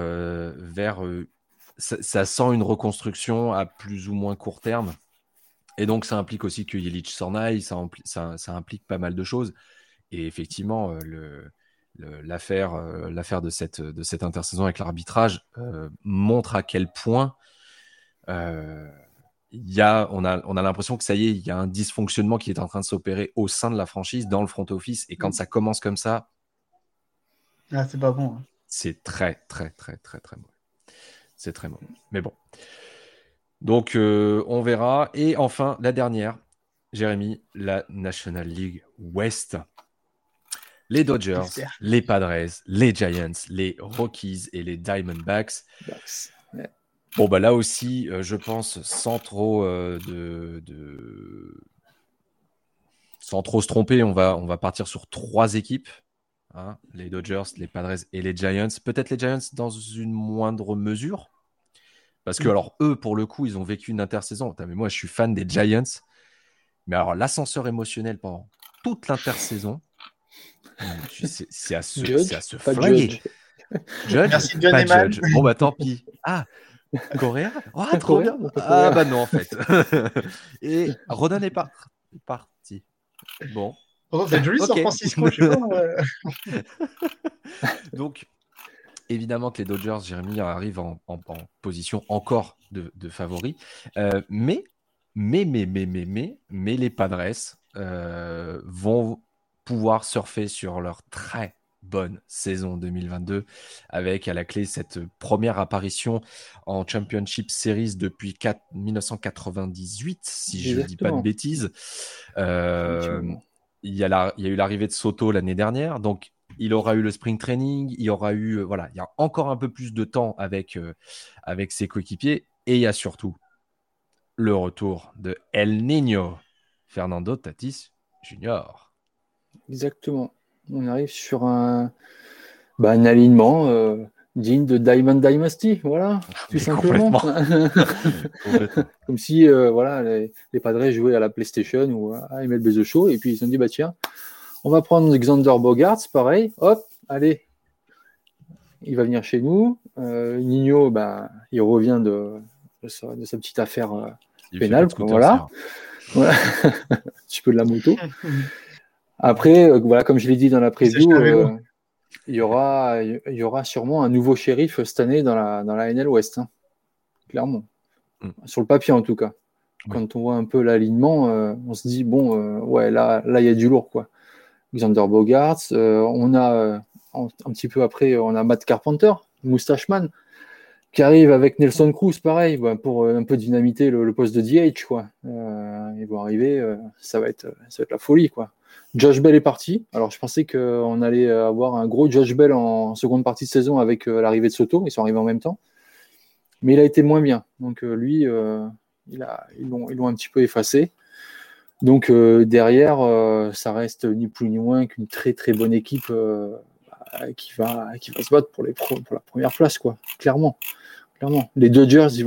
ça sent une reconstruction à plus ou moins court terme. Et donc, ça implique aussi que Yelich s'en aille, ça implique pas mal de choses. Et effectivement, l'affaire de cette intersaison avec l'arbitrage montre à quel point euh, on a l'impression que ça y est, il y a un dysfonctionnement qui est en train de s'opérer au sein de la franchise, dans le front office. Et quand ça commence comme ça, Ah, c'est pas bon, hein. c'est très, très, très, très, très mauvais. C'est très mauvais. Mais bon. Donc, on verra. Et enfin, la dernière, Jérémy, la National League West. Les Dodgers, J'espère. les Padres, les Giants, les Rockies et les Diamondbacks. Ouais. Bon, bah là aussi, je pense, sans trop se tromper, on va partir sur 3 équipes. Hein, les Dodgers, les Padres et les Giants. Peut-être les Giants dans une moindre mesure. Parce que, alors, eux, pour le coup, ils ont vécu une intersaison. Mais moi, je suis fan des Giants. Mais alors, l'ascenseur émotionnel pendant toute l'intersaison, c'est à Judge, se pas flinguer. Judge. Judge, Merci, John pas Eman. Judge. Bon, bah tant pis. Ah, Correa. Ah, trop Correa, bien. pas Ah, Correa. bah non, en fait. Et Rodon est parti. Bon, Pourtant, c'est joli San ok. Francisco, je sais pas. Donc, évidemment que les Dodgers, Jérémy, arrivent en position encore de favori. Mais les Padres vont pouvoir surfer sur leur très bonne saison 2022 avec à la clé cette première apparition en Championship Series depuis 1998, si je ne dis pas de Exactement. bêtises. Effectivement. Il y a eu l'arrivée de Soto l'année dernière, donc il aura eu le spring training, il y aura eu, il y a encore un peu plus de temps avec ses coéquipiers, et il y a surtout le retour de El Niño, Fernando Tatis Jr. Exactement. On arrive sur un alignement digne de Diamond Dynasty, voilà, tout Mais simplement. complètement. Comme si voilà, les Padres jouaient à la PlayStation ou à MLB The Show, et puis ils se sont dit, bah tiens, On va prendre Xander Bogaerts, pareil. Hop, allez, il va venir chez nous. Nino, il revient de sa petite affaire Il fait pas pénale. de scooter, Voilà. Voilà. Un petit peu de la moto. Après, voilà, comme je l'ai dit dans la preview, il y aura sûrement un nouveau shérif cette année dans la NL West, hein, clairement. Sur le papier, en tout cas. Oui. Quand on voit un peu l'alignement, on se dit, bon, ouais, là, il y a du lourd, quoi. Xander Bogaerts, on a, un petit peu après, on a Matt Carpenter, Moustacheman, qui arrive avec Nelson Cruz, pareil, pour un peu dynamiter le poste de DH, quoi. Ils vont arriver, ça va être la folie, quoi. Josh Bell est parti. Alors, je pensais qu'on allait avoir un gros Josh Bell en seconde partie de saison avec l'arrivée de Soto. Ils sont arrivés en même temps. Mais il a été moins bien. Donc, lui, ils l'ont un petit peu effacé. Donc, derrière, ça reste ni plus ni moins qu'une très, très bonne équipe qui va se battre pour la première place, quoi. Clairement. Les Dodgers, il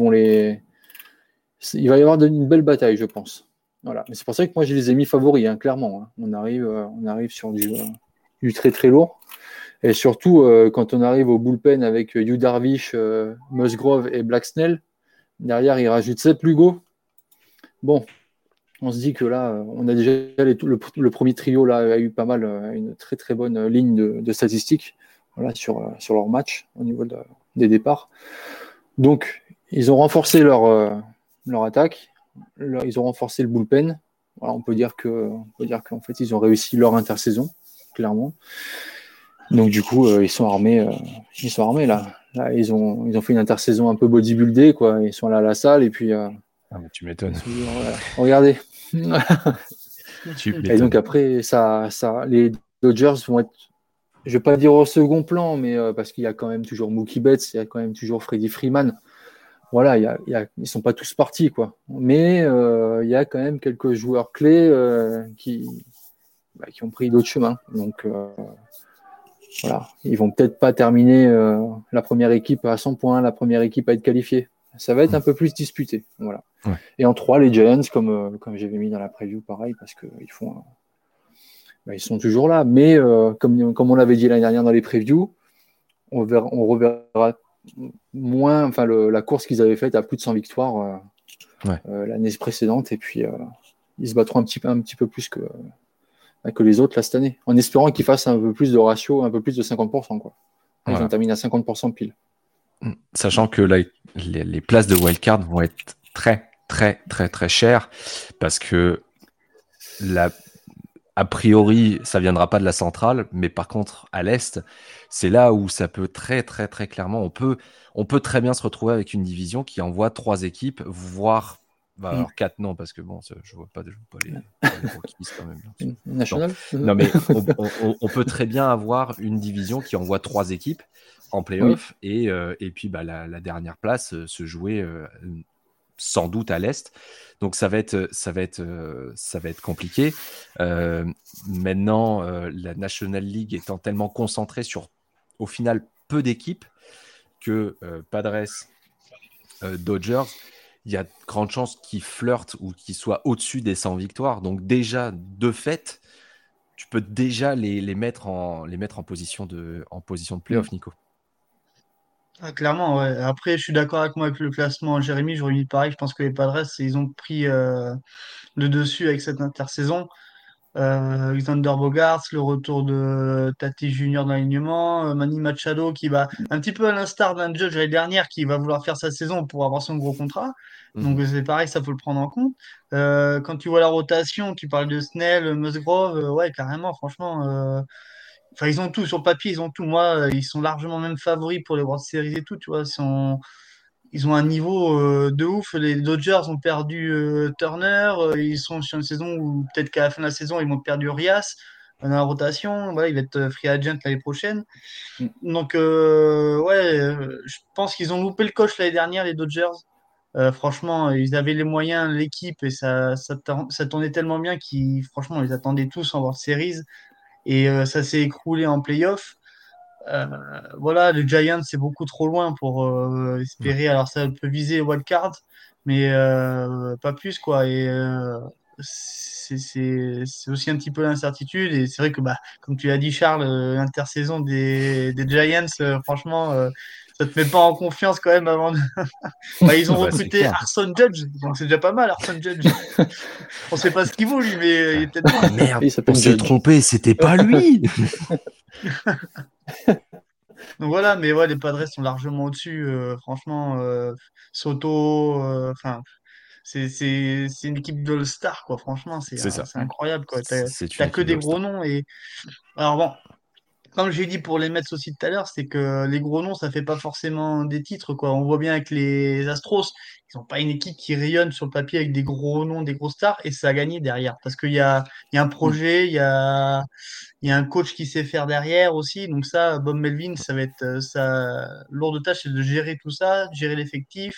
va y avoir une belle bataille, je pense. Voilà. Mais c'est pour ça que moi, je les ai mis favoris, hein, clairement. Hein. On arrive sur du très très lourd. Et surtout, quand on arrive au bullpen avec Yu Darvish, Musgrove et Black Snell, derrière, il rajoute 7 Lugo. Bon, on se dit que là, on a déjà le premier trio là, a eu pas mal, une très très bonne ligne de statistiques voilà, sur leur match au niveau des départs. Donc, ils ont renforcé leur attaque. Ils ont renforcé le bullpen. Voilà, on peut dire qu'en fait, ils ont réussi leur intersaison, clairement. Donc, du coup, ils sont armés. Ils sont armés là. Là, ils ont fait une intersaison un peu bodybuildée, quoi. Ils sont allés à la salle et puis. Ah, mais tu m'étonnes. Voilà. Regardez. Et donc après, les Dodgers vont être, je vais pas dire au second plan, mais parce qu'il y a quand même toujours Mookie Betts, il y a quand même toujours Freddie Freeman. Voilà, ils sont pas tous partis, quoi. Mais il y a quand même quelques joueurs clés qui ont pris d'autres chemins. Donc voilà, ils vont peut-être pas terminer la première équipe à 100 points, la première équipe à être qualifiée. Ça va être un peu plus disputé. Voilà. Ouais. Et en 3, les Giants, comme j'avais mis dans la preview, pareil, parce qu'ils font. Ils sont toujours là. Mais comme on l'avait dit l'année dernière dans les previews, on reverra moins la course qu'ils avaient faite à plus de 100 victoires l'année précédente. Et puis, ils se battront un petit peu plus que les autres là, cette année, en espérant qu'ils fassent un peu plus de ratio, un peu plus de 50%. Quoi. Ils ont terminé à 50% pile. Sachant que là, les places de wildcard vont être très, très, très, très chères parce que a priori, ça viendra pas de la centrale, mais par contre, à l'Est, c'est là où ça peut très, très, très clairement, on peut très bien se retrouver avec une division qui envoie 3 équipes, voire, alors 4 non, parce que bon, je vois pas les Rockies quand même. National. Non, mais on peut très bien avoir une division qui envoie 3 équipes en playoff et puis la dernière place se jouer sans doute à l'Est. Donc ça va être compliqué. Maintenant, la National League étant tellement concentrée sur, au final, peu d'équipes que Padres, Dodgers, il y a de grandes chances qu'ils flirtent ou qu'ils soient au-dessus des 100 victoires. Donc déjà, de fait, tu peux déjà les mettre en position de playoff, Nico. Ah, clairement, ouais. Après, je suis d'accord avec moi avec le classement. Jérémy, j'aurais mis pareil. Je pense que les Padres, ils ont pris le dessus avec cette intersaison. Xander Bogaerts, le retour de Tatis Junior dans l'alignement, Manny Machado qui va, un petit peu à l'instar d'un Judge l'année dernière, qui va vouloir faire sa saison pour avoir son gros contrat. Donc c'est pareil, ça faut le prendre en compte. Quand tu vois la rotation, tu parles de Snell, Musgrove, ouais, carrément, franchement. Enfin, ils ont tout sur le papier, ils ont tout. Moi, ils sont largement même favoris pour les World Series et tout, tu vois. Ils ont un niveau de ouf. Les Dodgers ont perdu Turner. Ils sont sur une saison où peut-être qu'à la fin de la saison, ils vont perdre Urias dans la rotation. Voilà, il va être free agent l'année prochaine. Donc, ouais, je pense qu'ils ont loupé le coche l'année dernière, les Dodgers. Franchement, ils avaient les moyens, l'équipe, et ça tournait tellement bien qu'ils, franchement, ils attendaient tous en World Series. Et ça s'est écroulé en playoff. Voilà, le Giants, c'est beaucoup trop loin pour espérer. Alors, ça peut viser wildcard, mais pas plus, quoi. Et c'est aussi un petit peu l'incertitude. Et c'est vrai que, bah, comme tu l'as dit, Charles, l'intersaison des Giants, franchement, ça te met pas en confiance quand même avant de... Bah, ils ont Bah, c'est recruté clair. Arson Judge, donc c'est déjà pas mal, Arson Judge. On sait pas ce qu'il vaut, lui, mais il est peut-être bon. Ah merde, Il on s'appelle s'est Judge. trompé, c'était pas lui. Donc voilà, mais ouais, les Padres sont largement au-dessus. Franchement, Soto, enfin, c'est une équipe de star quoi. Franchement, C'est ça. c'est incroyable, quoi. C'est une T'as que équipe des d'All-Star. gros noms. Et alors bon, comme j'ai dit pour les Mets aussi tout à l'heure, c'est que les gros noms, ça fait pas forcément des titres, quoi. On voit bien avec les Astros, ils ont pas une équipe qui rayonne sur le papier avec des gros noms, des grosses stars, et ça a gagné derrière. Parce il y a un projet, il y a un coach qui sait faire derrière aussi. Donc ça, Bob Melvin, ça va être sa lourde tâche, c'est de gérer tout ça, de gérer l'effectif.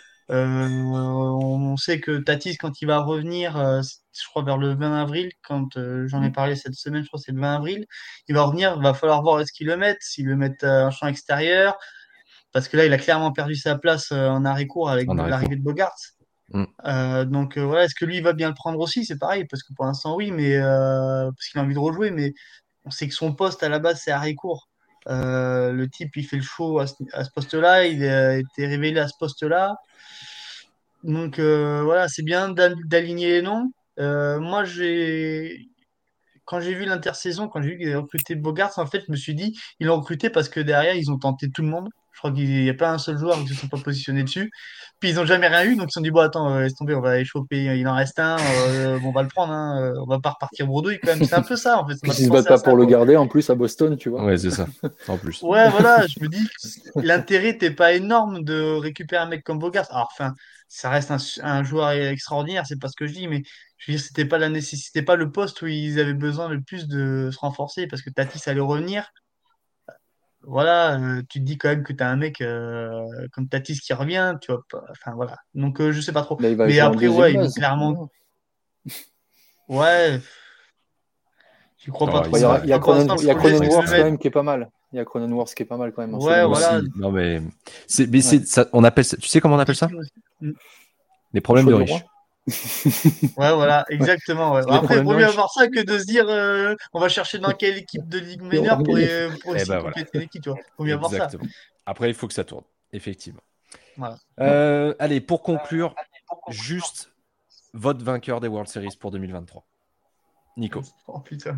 On sait que Tatis, quand il va revenir, je crois vers le 20 avril, quand j'en ai parlé cette semaine, je crois que c'est le 20 avril, il va revenir, il va falloir voir est-ce qu'ils le mettent, s'ils le mettent en champ extérieur, parce que là, il a clairement perdu sa place en arrêt-court avec En arrêt-court. l'arrivée de Bogarts. Mm. Donc voilà, est-ce que lui il va bien le prendre aussi? C'est pareil, parce que pour l'instant oui, mais parce qu'il a envie de rejouer, mais on sait que son poste à la base c'est arrêt court. Le type il fait le show à ce poste-là, il a été révélé à ce poste-là. Donc voilà, c'est bien d'aligner les noms. Moi quand j'ai vu l'intersaison, quand j'ai vu qu'ils avaient recruté Bogarts, en fait, je me suis dit, ils l'ont recruté parce que derrière, ils ont tenté tout le monde. Je crois qu'il n'y a pas un seul joueur qui ne se sont pas positionnés dessus. Puis ils n'ont jamais rien eu, donc ils se sont dit, bon, attends, laisse tomber, on va aller choper, il en reste un, bon, on va le prendre, hein, on va pas repartir bredouille quand même. C'est un peu ça, en fait, ça Puis m'a s'ils fait se battent penser à pas ça, pour le quoi. garder, en plus à Boston, tu vois. Ouais, c'est ça. En plus. Ouais, voilà, je me dis, l'intérêt n'était pas énorme de récupérer un mec comme Bogarts. Alors, enfin, ça reste un joueur extraordinaire, c'est pas ce que je dis, mais je veux dire, c'était pas la nécessité, pas le poste où ils avaient besoin le plus de se renforcer parce que Tatis allait revenir. Voilà, tu te dis quand même que tu as un mec comme Tatis qui revient, tu vois pas, enfin voilà. Donc, je sais pas trop. Là, il va Mais jouer en après, deuxième ouais, ils vont base. clairement, Voilà. ouais, j'y crois pas Non, trop. Bon, Moi, sera, il y a moi, pour l'instant, Il le y a projet, c'est de le Cronenworth quand mettre. même qui est pas mal. Il y a Cronenworth qui est pas mal quand même en Ouais, second voilà. base. aussi. Non, mais Ouais. ça, on appelle ça, tu sais comment on appelle ça? Dixon aussi. Mm. Les Le problèmes choix de du roi. riches. Ouais, voilà, Ouais. exactement. Ouais. C'est les Après, il problèmes de vaut mieux riches. avoir ça que de se dire on va chercher dans quelle équipe de Ligue Et on va mineure gagner. pour Eh essayer ben de voilà. compléter l'équipe, tu vois. Vaut mieux avoir ça. Exactement. Après, il faut que ça tourne, effectivement. Voilà. Ouais. Allez, pour conclure, juste votre vainqueur des World Series pour 2023. Nico. Oh putain.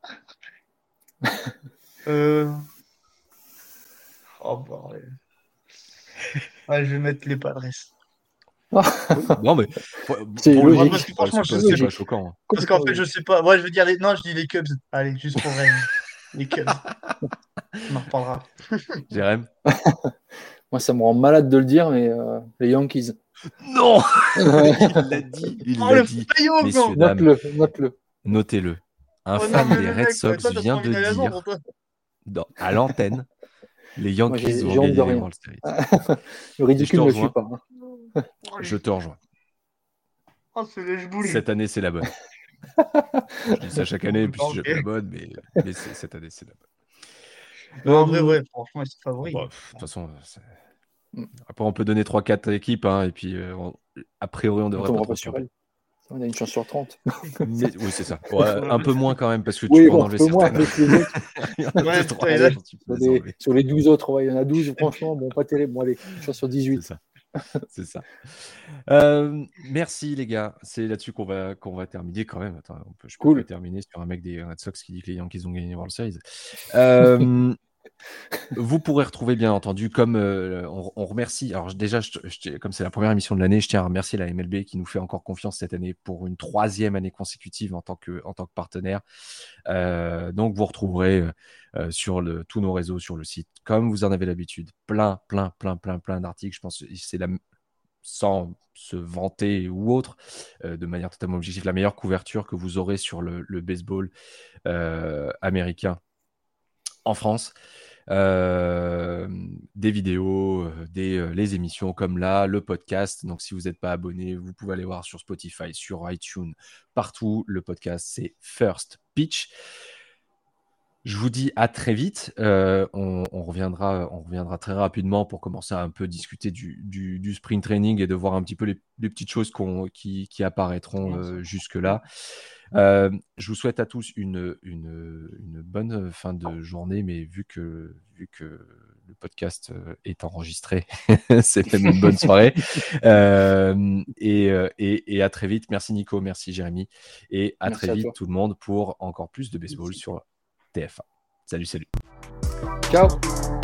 Euh... Oh, bordel. Ouais, je vais mettre les Padres. Oui, non, mais C'est pour le Ouais, coup, logique. parce que franchement, je C'est sais c'est pas logique. choquant. parce qu'en Complètement fait, je logique. sais pas. Ouais, je veux dire non, je dis les Cubs. Allez, juste pour vrai. Les Cubs. On en reparlera. Jérém? Moi, ça me rend malade de le dire, mais les Yankees. Non! Il l'a dit, il Oh, l'a le dit. faillot, Messieurs, gros! dames, Note-le, note-le. notez-le. Un Oh non, fan mais des le Red mec, Sox toi, t'as vient trop envie de d'aller pour dire toi. à l'antenne, les Moi, Yankees vont j'ai honte de gagner les rien. World Series. Le Et je te ridicule ne me suit rejoins, pas. Hein. je te rejoins. Oh, ce lèche-boule. Cette année, c'est la bonne. Je dis ça chaque année, puis c'est Ok. jamais la bonne, mais cette année, c'est la Non, en vrai, bonne. ouais, franchement, ils sont favoris. Bon, de toute façon, après, on peut donner 3-4 équipes, hein, et puis a priori, on On devrait pas tombera trop pas se sur tromper. elle. On a une chance sur 30. Mais, oui, c'est ça. Ouais, un peu moins quand même, parce que tu Oui, peux en bon, un enlever peu moins certaines. avec les autres. Il y en a Ouais, deux, putain, trois et là, autres, tu peux les enlever. Sur les 12 autres, ouais, il y en a 12, franchement, bon, pas terrible. Bon, allez, une chance sur C'est 18. ça. C'est ça. Merci les gars. C'est là-dessus qu'on va terminer quand même. Attends, je peux pas Cool. terminer sur un mec des Red Sox qui dit que les Yankees ont gagné les World Series. Euh, Vous pourrez retrouver, bien entendu, comme on remercie. Alors, déjà, comme c'est la première émission de l'année, je tiens à remercier la MLB qui nous fait encore confiance cette année pour une 3e année consécutive en tant que partenaire. Donc, vous retrouverez sur tous nos réseaux, sur le site, comme vous en avez l'habitude, plein d'articles. Je pense que c'est sans se vanter ou autre, de manière totalement objective, la meilleure couverture que vous aurez sur le baseball américain en France. Des vidéos, les émissions comme là, le podcast. Donc, si vous n'êtes pas abonné, vous pouvez aller voir sur Spotify, sur iTunes, partout. Le podcast, c'est First Pitch. Je vous dis à très vite. On reviendra très rapidement pour commencer à un peu discuter du sprint training et de voir un petit peu les petites choses qui apparaîtront Bien sûr. jusque-là. Je vous souhaite à tous une bonne fin de journée, mais vu que le podcast est enregistré, c'est même une bonne soirée. Et à très vite. Merci Nico, merci Jérémy. Et à Merci très à vite toi. tout le monde pour encore plus de baseball Merci. sur TF1. Salut, salut. Ciao.